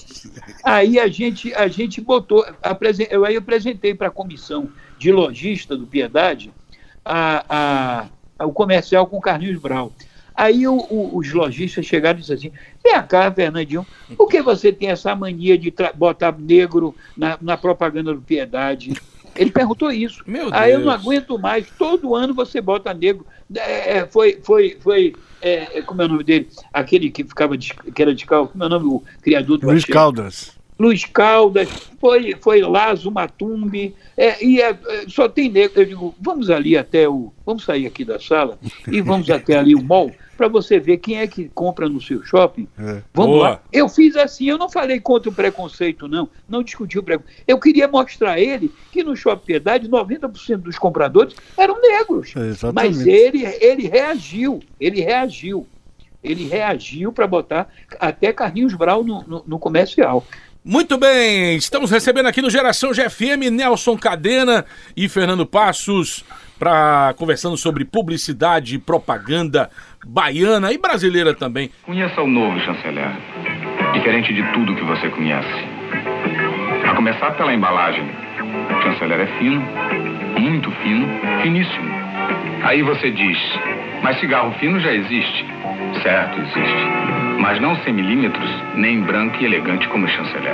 Aí a gente, a gente botou, apresen... eu aí apresentei para a comissão de lojista do Piedade a, a, a, o comercial com Carlinhos Brau. Aí o, o, os lojistas chegaram e disseram assim, vem cá, Fernandinho, por que você tem essa mania de botar negro na, na propaganda do Piedade? Ele perguntou isso. Meu Aí Deus. eu não aguento mais, todo ano você bota negro É, foi, foi, foi é, como é o nome dele? Aquele que ficava, de, que era de Caldas, como é o nome, o criador do Luiz Axé? Caldas. Luiz Caldas, foi, foi lá, Zumatumbi, é, e é, só tem negro. Eu digo, vamos ali até o. Vamos sair aqui da sala e vamos até ali o mall, para você ver quem é que compra no seu shopping. É. Vamos Boa. lá. Eu fiz assim, eu não falei contra o preconceito, não. Não discuti o preconceito. Eu queria mostrar a ele que no Shopping Piedade, noventa por cento dos compradores eram negros. É, mas ele, ele reagiu, ele reagiu. Ele reagiu para botar até Carlinhos Brau no, no, no comercial. Muito bem, estamos recebendo aqui no Geração G F M Nelson Cadena e Fernando Passos, pra, conversando sobre publicidade e propaganda baiana e brasileira também. Conheça o novo chanceler, diferente de tudo que você conhece. A começar pela embalagem. O chanceler é fino, muito fino, finíssimo. Aí você diz, mas cigarro fino já existe. Certo, existe. Mas não cem milímetros, nem branco e elegante como o chanceler.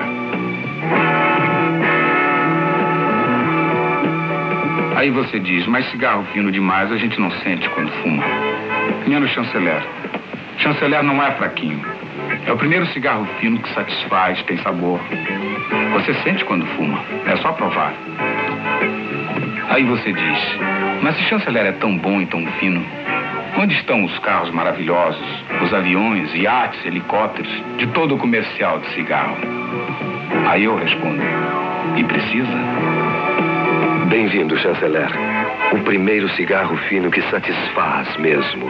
Aí você diz, mas cigarro fino demais a gente não sente quando fuma. Menos chanceler. Chanceler não é fraquinho. É o primeiro cigarro fino que satisfaz, tem sabor. Você sente quando fuma, é só provar. Aí você diz, mas se chanceler é tão bom e tão fino, onde estão os carros maravilhosos, os aviões, iates, helicópteros, de todo o comercial de cigarro? Aí eu respondo, e precisa? Bem-vindo, chanceler. O primeiro cigarro fino que satisfaz mesmo.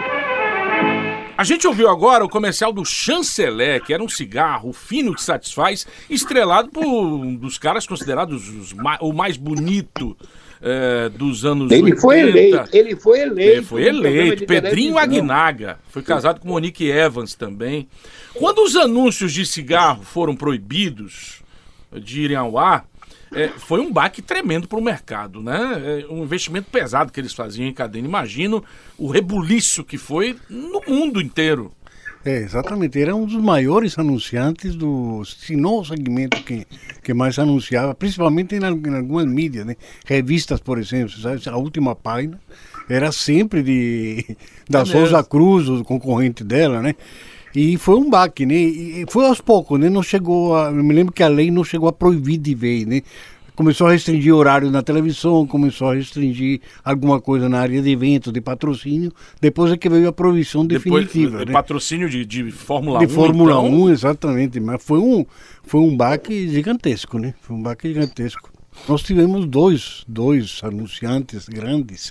A gente ouviu agora o comercial do Chanceler, que era um cigarro fino que satisfaz, estrelado por um dos caras considerados os ma- o mais bonito é, dos anos ele oitenta. Foi eleito, ele foi eleito. Ele foi eleito, Pedrinho Aguinaga. Foi casado com Monique Evans também. Quando os anúncios de cigarro foram proibidos de irem ao ar, É, foi um baque tremendo para o mercado, né? É um investimento pesado que eles faziam em cadeia. Imagino o rebuliço que foi no mundo inteiro. É, exatamente. Era um dos maiores anunciantes do, se não o segmento que, que mais anunciava, principalmente em, em algumas mídias, né? Revistas, por exemplo, sabe? A Última Página era sempre de da é Souza mesmo. Cruz, o concorrente dela, né? E foi um baque, né? E foi aos poucos, né? Não chegou a... Eu me lembro que a lei não chegou a proibir de vez, né? Começou a restringir horário na televisão, começou a restringir alguma coisa na área de evento, de patrocínio. Depois é que veio a proibição definitiva. Depois, né? Patrocínio de, de Fórmula de um, De Fórmula então... um, exatamente. Mas foi um, foi um baque gigantesco, né? Foi um baque gigantesco. Nós tivemos dois, dois anunciantes grandes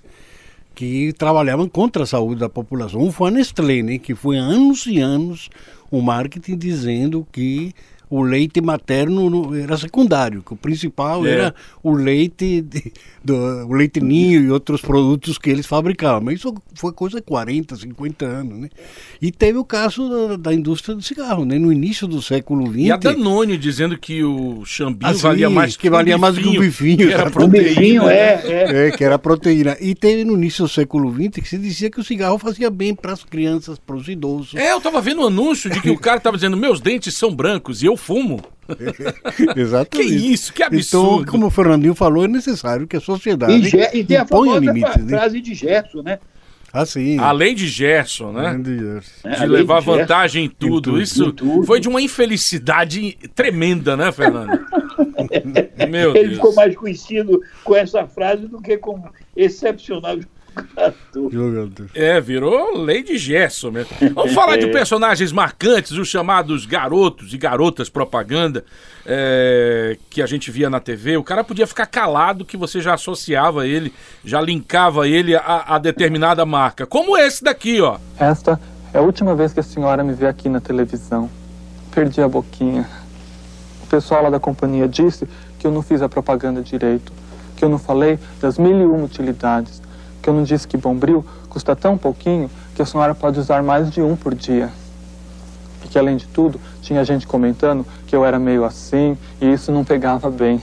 que trabalhavam contra a saúde da população. Um foi a Nestlé, né, que foi há anos e anos o marketing dizendo que o leite materno era secundário, que o principal é. era o leite, de, do, o leite ninho e outros produtos que eles fabricavam. Mas isso foi coisa de quarenta, cinquenta anos, né? E teve o caso da, da indústria do cigarro, né? No início do século vinte. E a Danone dizendo que o chambinho assim, valia mais que, que valia mais do que o bifinho. Que era proteína. O bifinho, é, é. é, que era proteína. E teve no início do século vinte que se dizia que o cigarro fazia bem para as crianças, para os idosos. É, eu tava vendo um anúncio de que o cara tava dizendo, meus dentes são brancos e eu fumo. Exatamente. Que isso, que absurdo. Então, como o Fernandinho falou, é necessário que a sociedade e, Ge- e tem a famosa limites, fra- frase de Gerson, né? Ah, sim. A lei de Gerson, né? De, Gerson. de é, levar de vantagem em tudo. em tudo. Isso em tudo. Foi de uma infelicidade tremenda, né, Fernando? Meu Ele Deus. Ficou mais conhecido com essa frase do que com excepcional jogador. É, virou lei de Gerson mesmo. Vamos falar de personagens marcantes, os chamados garotos e garotas propaganda, é, que a gente via na T V. O cara podia ficar calado que você já associava ele, já linkava ele a, a determinada marca. Como esse daqui, ó. Esta é a última vez que a senhora me vê aqui na televisão. Perdi a boquinha. O pessoal lá da companhia disse que eu não fiz a propaganda direito, que eu não falei das mil e uma utilidades, que eu não disse que Bombril custa tão pouquinho que a senhora pode usar mais de um por dia. E que, além de tudo, tinha gente comentando que eu era meio assim e isso não pegava bem.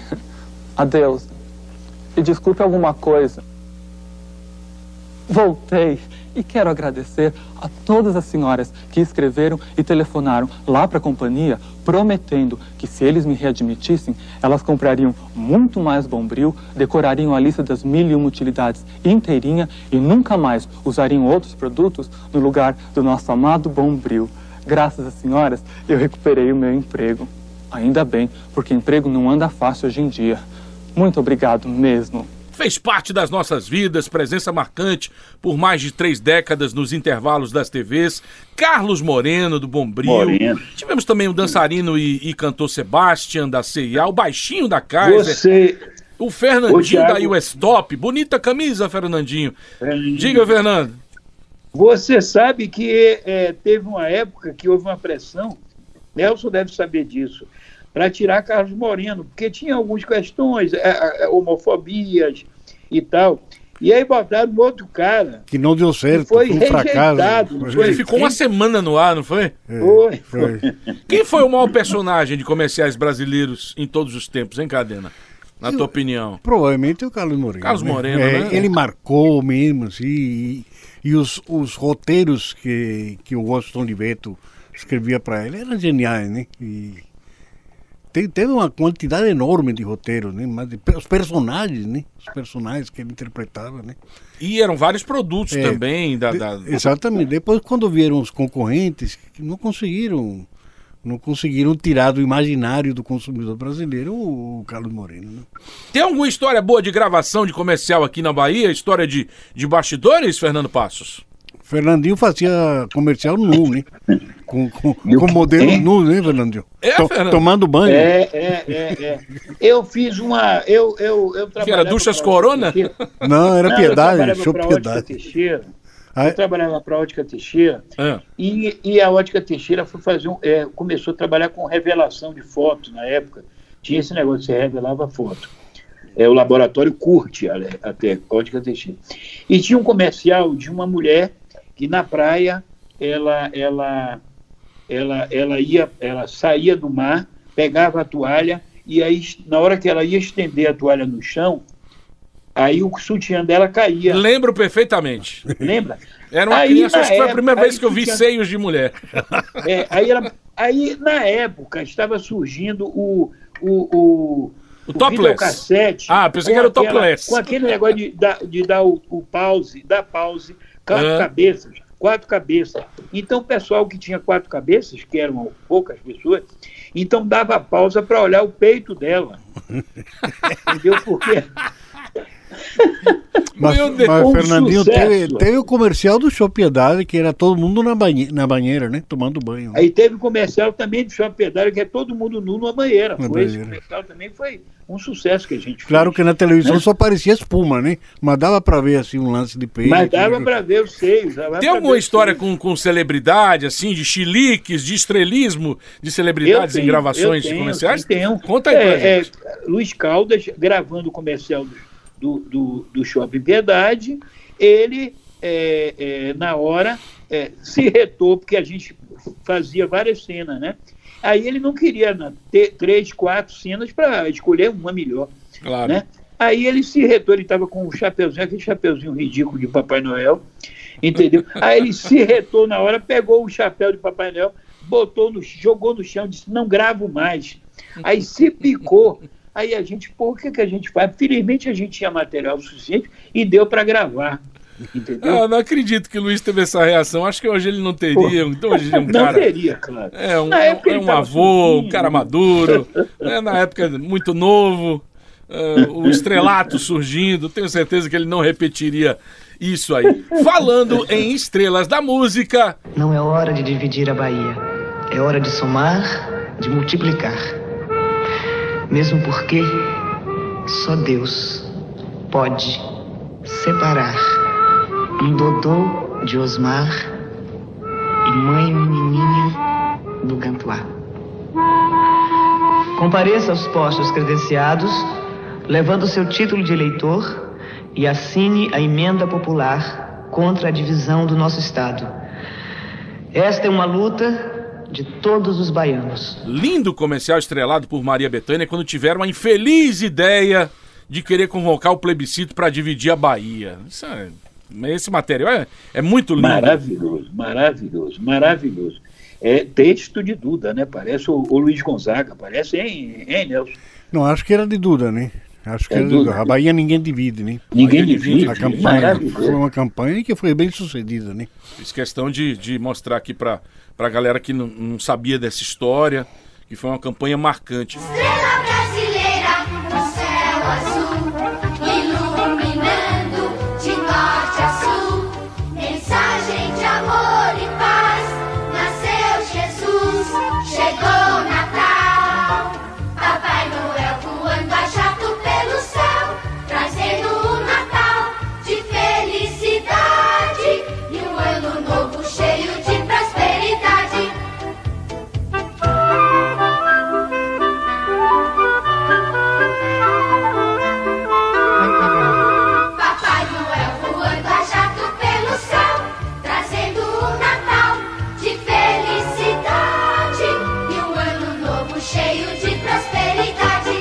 Adeus. E desculpe alguma coisa. Voltei. E quero agradecer a todas as senhoras que escreveram e telefonaram lá para a companhia, prometendo que se eles me readmitissem, elas comprariam muito mais Bombril, decorariam a lista das mil e uma utilidades inteirinha e nunca mais usariam outros produtos no lugar do nosso amado Bombril. Graças às senhoras, eu recuperei o meu emprego. Ainda bem, porque emprego não anda fácil hoje em dia. Muito obrigado mesmo. Fez parte das nossas vidas, presença marcante por mais de três décadas nos intervalos das T Vs. Carlos Moreno, do Bombril. Moreno. Tivemos também o dançarino e, e cantor Sebastian, da C I A, o baixinho da Kaiser. Você... O Fernandinho, Ô, Thiago... da U S Top. Bonita camisa, Fernandinho. Fernandinho. Diga, Fernando. Você sabe que é, teve uma época que houve uma pressão, Nelson deve saber disso, para tirar Carlos Moreno, porque tinha algumas questões, é, é, homofobias e tal. E aí botaram um outro cara. Que não deu certo, foi, foi um fracaso. Foi. Ele ficou uma semana no ar, não foi? É, foi, foi. Quem foi o maior personagem de comerciais brasileiros em todos os tempos, hein, Cadena? Na Eu, tua opinião? Provavelmente o Carlos Moreno. Carlos né? Moreno, é, né? Ele marcou mesmo, assim, e, e os, os roteiros que, que o Washington Oliveto escrevia para ele eram geniais, né? E teve uma quantidade enorme de roteiros, né? Mas de, os personagens, né? Os personagens que ele interpretava, né? E eram vários produtos é, também. Da, da... De, exatamente. Depois, quando vieram os concorrentes, não conseguiram... Não conseguiram tirar do imaginário do consumidor brasileiro o Carlos Moreno, né? Tem alguma história boa de gravação de comercial aqui na Bahia? História de, de bastidores, Fernando Passos? Fernandinho fazia comercial nu, né? Com, com, com modelo nu, né, Fernandinho? É, to, Fernando? Tomando banho. É, é, é, é. Eu fiz uma... Eu, eu, eu que era Duchas Corona? Não, era Não, Piedade. Eu trabalhava para a Ótica Teixeira. Ah, é? Eu trabalhava para a Ótica Teixeira. É. E, e a Ótica Teixeira foi fazer um, é, começou a trabalhar com revelação de foto na época. Tinha esse negócio, você revelava foto. É, o laboratório Curte, até a Ótica Teixeira. E tinha um comercial de uma mulher que na praia ela, ela, ela, ela, ia, ela saía do mar, pegava a toalha e aí na hora que ela ia estender a toalha no chão, aí o sutiã dela caía. Lembro perfeitamente. Lembra? Era uma aí, criança, acho que foi a primeira vez que eu vi sutiã... seios de mulher. É, aí, ela, aí, na época, estava surgindo o... o, o O topless. Ah, pensei que era o topless. Com aquele negócio de, dar, de dar o, o pause, dar pause, quatro é. cabeças, quatro cabeças. Então, o pessoal que tinha quatro cabeças, que eram poucas pessoas, então dava pausa para olhar o peito dela. Entendeu? Porque... Mas, mas um Fernandinho, teve, teve o comercial do Show Piedade, que era todo mundo na, banhe na banheira, né? Tomando banho. Aí teve o comercial também do Show Piedade, que é todo mundo nu numa banheira. Na foi banheira. Esse comercial também foi um sucesso que a gente fez. Claro que na televisão é. só parecia espuma, né? Mas dava pra ver assim um lance de peito. Mas dava pra ver os seios. Tem alguma história com, com celebridade, assim, de chiliques, de estrelismo de celebridades tenho, em gravações tenho, comerciais? Eu tenho. Conta aí é, pra gente. É, Luiz Caldas gravando o comercial do Do, do, do Shopping Piedade, ele, é, é, na hora, é, se retou, porque a gente fazia várias cenas, né? Aí ele não queria né, ter três, quatro cenas para escolher uma melhor. Claro. Né? Aí ele se retou, ele estava com um chapeuzinho, aquele chapeuzinho ridículo de Papai Noel, entendeu? Aí ele se retou na hora, pegou o chapéu de Papai Noel, botou no, jogou no chão, disse, não gravo mais. Aí se picou. Aí a gente, pô, o que, que a gente faz? Felizmente a gente tinha material suficiente e deu para gravar. Entendeu? Eu não acredito que o Luiz teve essa reação. Acho que hoje ele não teria. Então, hoje é um não cara, teria, claro. É um, é um avô, surgindo. Um cara maduro. Né, na época, muito novo. Uh, o estrelato surgindo. Tenho certeza que ele não repetiria isso aí. Falando em estrelas da música. Não é hora de dividir a Bahia. É hora de somar, de multiplicar. Mesmo porque só Deus pode separar um Dodô de Osmar e mãe menininha do Gantuá. Compareça aos postos credenciados, levando seu título de eleitor e assine a emenda popular contra a divisão do nosso Estado. Esta é uma luta de todos os baianos. Lindo comercial estrelado por Maria Bethânia quando tiveram a infeliz ideia de querer convocar o plebiscito para dividir a Bahia. Isso é Esse material é, é muito lindo. Maravilhoso, maravilhoso, maravilhoso. É texto de Duda, né? Parece o, o Luiz Gonzaga, parece, hein, hein, Nelson? Não, acho que era de Duda, né? Acho que É era de Duda. Duda. A Bahia ninguém divide, né? Ninguém divide, A campanha maravilhoso. foi uma campanha que foi bem sucedida, né? Fiz questão de, de mostrar aqui pra, pra galera que não, não sabia dessa história, que foi uma campanha marcante. Estrela brasileira no céu azul, iluminando de norte a sul. Mensagem de amor e paz, nasceu Jesus, chegou o Natal. Papai Noel voando a jato pelo céu, trazendo o Natal de felicidade e um ano novo cheio de prosperidade. Papai Noel voando a jato pelo céu, trazendo o Natal de felicidade e um ano novo cheio de prosperidade.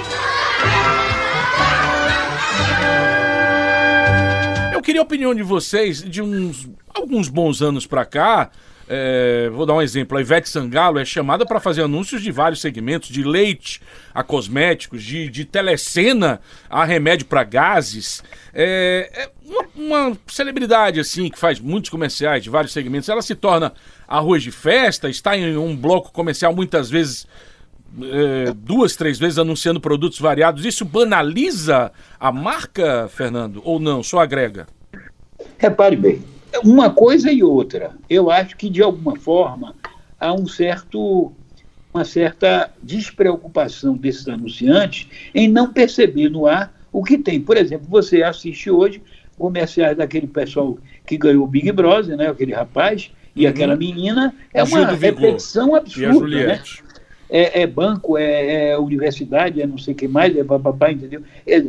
Eu queria a opinião de vocês de uns alguns bons anos pra cá. É, vou dar um exemplo. A Ivete Sangalo é chamada para fazer anúncios de vários segmentos, de leite a cosméticos, de, de telecena a remédio para gases. É, é uma, uma celebridade assim que faz muitos comerciais de vários segmentos. Ela se torna arroz de festa, está em um bloco comercial muitas vezes, é, duas, três vezes anunciando produtos variados. Isso banaliza a marca, Fernando? Ou não? Só agrega? Repare bem, uma coisa e outra. Eu acho que, de alguma forma, há um certo, uma certa despreocupação desses anunciantes em não perceber no ar o que tem. Por exemplo, você assiste hoje comerciais daquele pessoal que ganhou o Big Brother, né, aquele rapaz, e Uhum. aquela menina, é O Gil uma do Vigor repetição e a absurda, né? Juliette. É, é banco, é, é universidade, é não sei o que mais, é papapá, entendeu? É,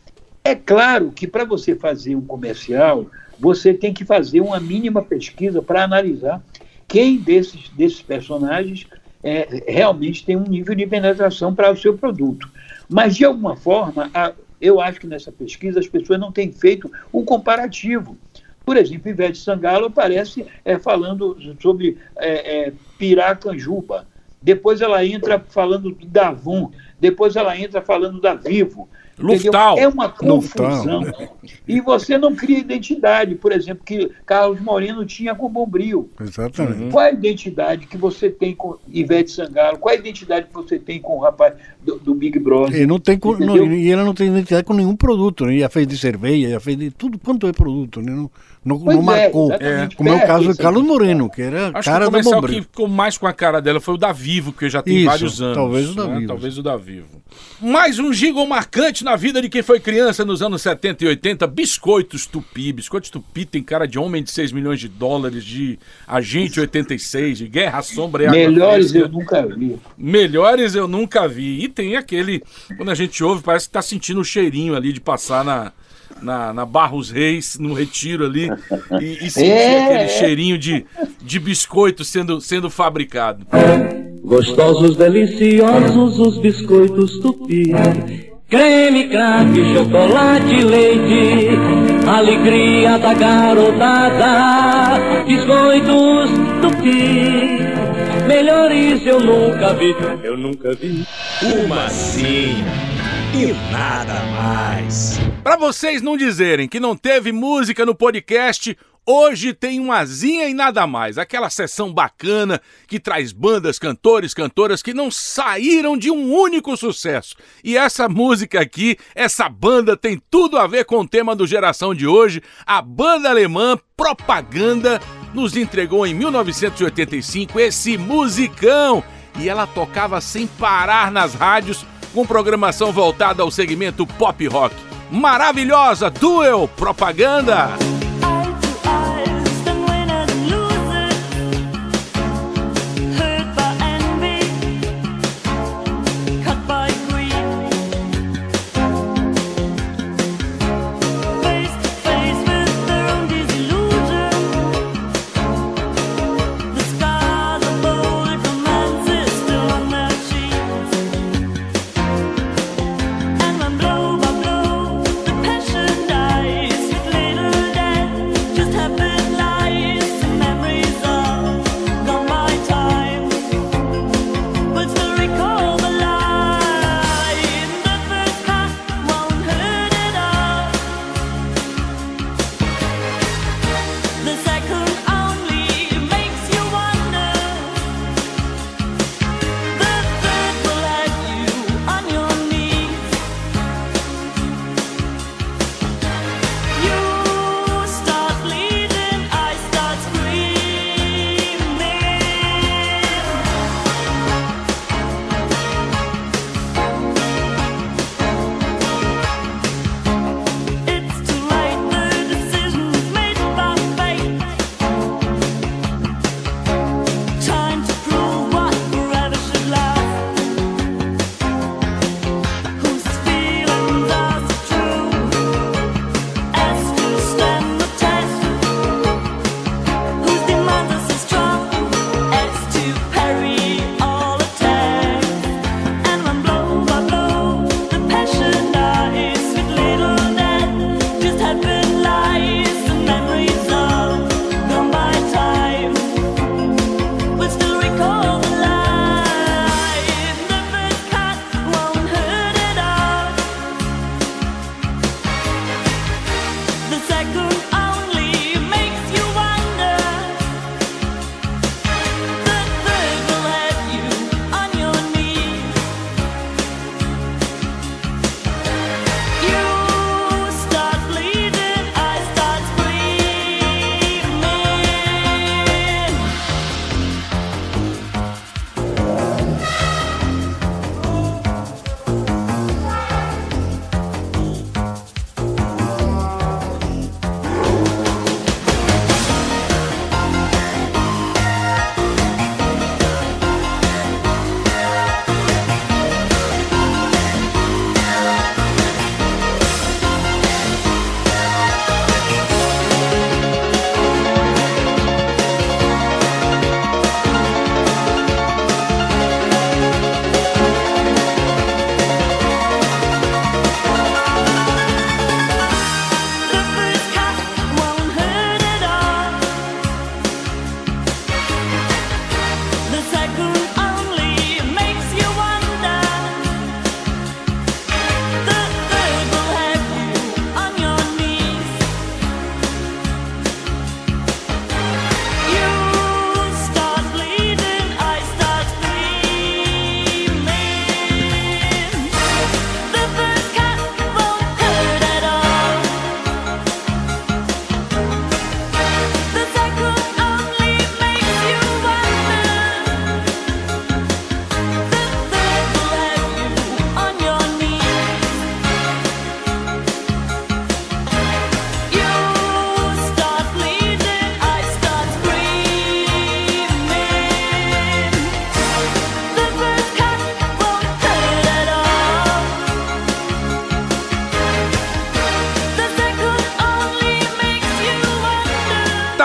é claro que para você fazer um comercial, você tem que fazer uma mínima pesquisa para analisar quem desses, desses personagens é, realmente tem um nível de penetração para o seu produto. Mas, de alguma forma, a, eu acho que nessa pesquisa as pessoas não têm feito um comparativo. Por exemplo, Ivete Sangalo aparece é, falando sobre é, é, Piracanjuba, depois ela entra falando da Avon, depois ela entra falando da Vivo. Luftal. É uma confusão. Luftal. E você não cria identidade, por exemplo, que Carlos Moreno tinha com Bombril. Exatamente. Qual a identidade que você tem com Ivete Sangalo? Qual a identidade que você tem com o rapaz do, do Big Brother? E, não tem, co- não, Entendeu? e ela não tem identidade com nenhum produto, né? Já fez de cerveja, já fez de tudo quanto é produto, né? Não, não, Pois não é, marcou. exatamente. Como é o Perde caso do essa Carlos identidade. Moreno, que era Acho cara que o da comercial Bombril. que ficou mais com a cara dela foi o da Vivo, que já tem Isso, vários anos. talvez o da né? Vivo. Talvez o da Vivo. Mais um jingle marcante na vida de quem foi criança nos anos setenta e oitenta. Biscoitos Tupi. Biscoitos Tupi tem cara de homem de seis milhões de dólares, de Agente oitenta e seis, de Guerra Sombra e Água Melhores Fresca. eu nunca vi. Melhores eu nunca vi. E tem aquele, quando a gente ouve, parece que tá sentindo o cheirinho ali de passar na, na, na Barros Reis, no Retiro ali, e, e sentir É. aquele cheirinho de, de biscoito sendo, sendo fabricado. Gostosos, deliciosos os biscoitos Tupi. Creme, craque, chocolate, leite, alegria da garotada. Biscoitos Tupi, melhores eu nunca vi, eu nunca vi. Uma sim e nada mais. Pra vocês não dizerem que não teve música no podcast, hoje tem um Asinha e Nada Mais, aquela sessão bacana que traz bandas, cantores, cantoras que não saíram de um único sucesso. E essa música aqui, essa banda tem tudo a ver com o tema do Geração de hoje. A banda alemã Propaganda nos entregou em mil novecentos e oitenta e cinco esse musicão. E ela tocava sem parar nas rádios, com programação voltada ao segmento pop rock. Maravilhosa, Duel Propaganda! And when blow by blow, the passion dies with little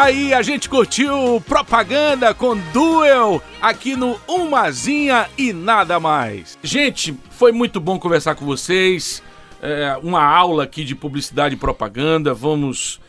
aí, a gente curtiu Propaganda com Duel aqui no Umazinha e nada mais. Gente, foi muito bom conversar com vocês. É, uma aula aqui de publicidade e propaganda. Vamos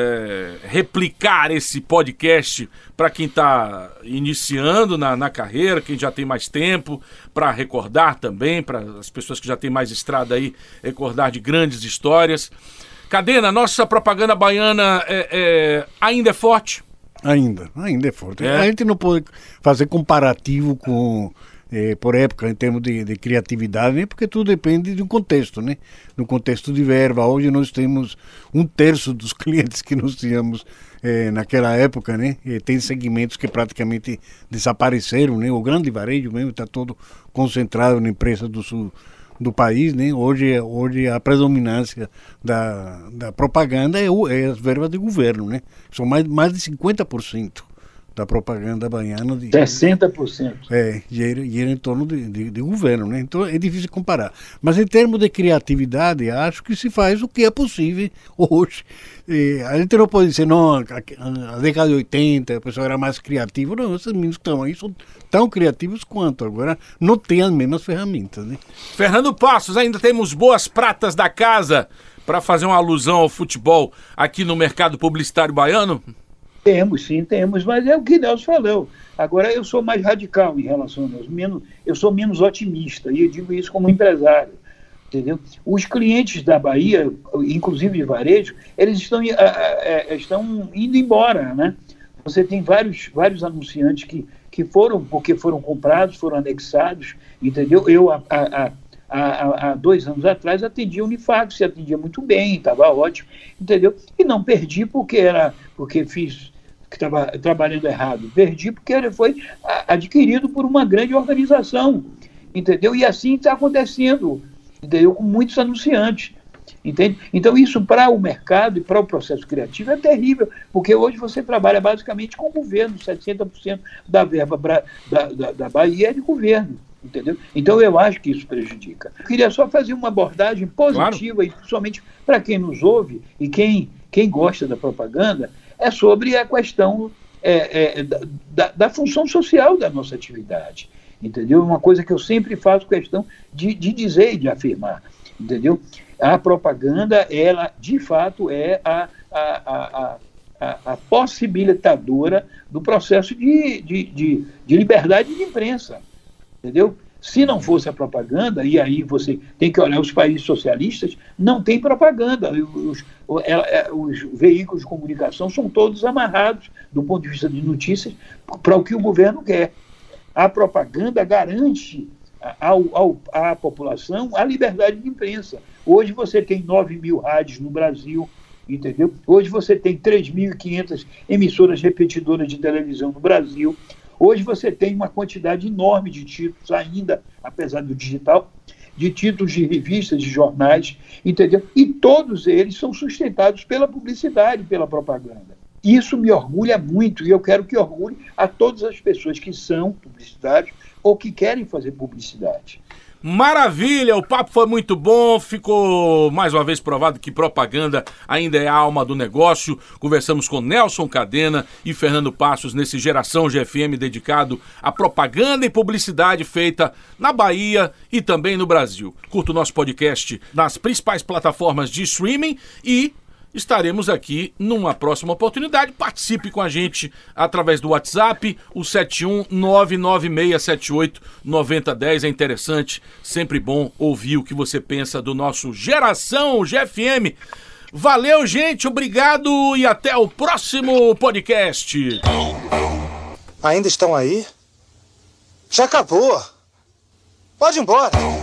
é, replicar esse podcast para quem está iniciando na, na carreira, quem já tem mais tempo, para recordar também, para as pessoas que já têm mais estrada aí, recordar de grandes histórias. Cadena, nossa propaganda baiana é, é, ainda é forte? Ainda, ainda é forte. É. A gente não pode fazer comparativo com... É, por época, em termos de, de criatividade, né? Porque tudo depende de um contexto, né? No contexto de verba. Hoje nós temos um terço dos clientes que nós tínhamos é, naquela época, né? E tem segmentos que praticamente desapareceram, né? O grande varejo mesmo está todo concentrado na empresa do sul do país, né? Hoje, hoje a predominância da, da propaganda é, o, é as verbas de governo, né? São mais, mais de cinquenta por cento. Da propaganda baiana de sessenta por cento. É, gira, gira em torno de, de, de governo, né? Então é difícil comparar. Mas em termos de criatividade, acho que se faz o que é possível hoje. E a gente não pode dizer, não, a, a década de oitenta, a pessoa era mais criativa. Não, esses meninos que estão aí são tão criativos quanto. Agora não tem as mesmas ferramentas, né? Fernando Passos, ainda temos boas pratas da casa para fazer uma alusão ao futebol aqui no mercado publicitário baiano? Temos, sim, temos, mas é o que Nelson falou. Agora, eu sou mais radical em relação a Nelson, menos, eu sou menos otimista, e eu digo isso como empresário, entendeu? Os clientes da Bahia, inclusive de varejo, eles estão, é, estão indo embora, né? Você tem vários, vários anunciantes que, que foram, porque foram comprados, foram anexados, entendeu? Eu, a, a, a, há dois anos atrás, atendia a Unifax, se atendia muito bem, estava ótimo, entendeu? E não perdi porque era, porque fiz, que estava trabalhando errado, perdi porque ele foi adquirido por uma grande organização, entendeu? E assim está acontecendo, entendeu? Com muitos anunciantes, entende? Então isso para o mercado e para o processo criativo é terrível, porque hoje você trabalha basicamente com o governo, setenta por cento da verba da, da, da Bahia é de governo. Entendeu? Então eu acho que isso prejudica. Eu queria só fazer uma abordagem positiva, claro. E principalmente para quem nos ouve e quem, quem gosta da propaganda, é sobre a questão é, é, da, da função social da nossa atividade. Entendeu? Uma coisa que eu sempre faço questão de, de dizer e de afirmar. Entendeu? A propaganda, ela de fato é a, a, a, a, a possibilitadora do processo de, de, de, de liberdade de imprensa. Entendeu? Se não fosse a propaganda, e aí você tem que olhar os países socialistas, não tem propaganda. Os, os, os veículos de comunicação são todos amarrados, do ponto de vista de notícias, para o que o governo quer. A propaganda garante ao, ao, à população a liberdade de imprensa. Hoje você tem nove mil rádios no Brasil, entendeu? Hoje você tem três mil e quinhentas emissoras repetidoras de televisão no Brasil. Hoje você tem uma quantidade enorme de títulos ainda, apesar do digital, de títulos de revistas, de jornais, entendeu? E todos eles são sustentados pela publicidade, pela propaganda. Isso me orgulha muito e eu quero que orgulhe a todas as pessoas que são publicitários ou que querem fazer publicidade. Maravilha, o papo foi muito bom, ficou mais uma vez provado que propaganda ainda é a alma do negócio. Conversamos com Nelson Cadena e Fernando Passos nesse Geração G F M dedicado à propaganda e publicidade feita na Bahia e também no Brasil. Curta o nosso podcast nas principais plataformas de streaming e estaremos aqui numa próxima oportunidade. Participe com a gente através do WhatsApp, o sete um nove nove seis sete oito nove zero um zero. É interessante, sempre bom ouvir o que você pensa do nosso Geração G F M. Valeu, gente, obrigado e até o próximo podcast. Ainda estão aí? Já acabou. Pode ir embora.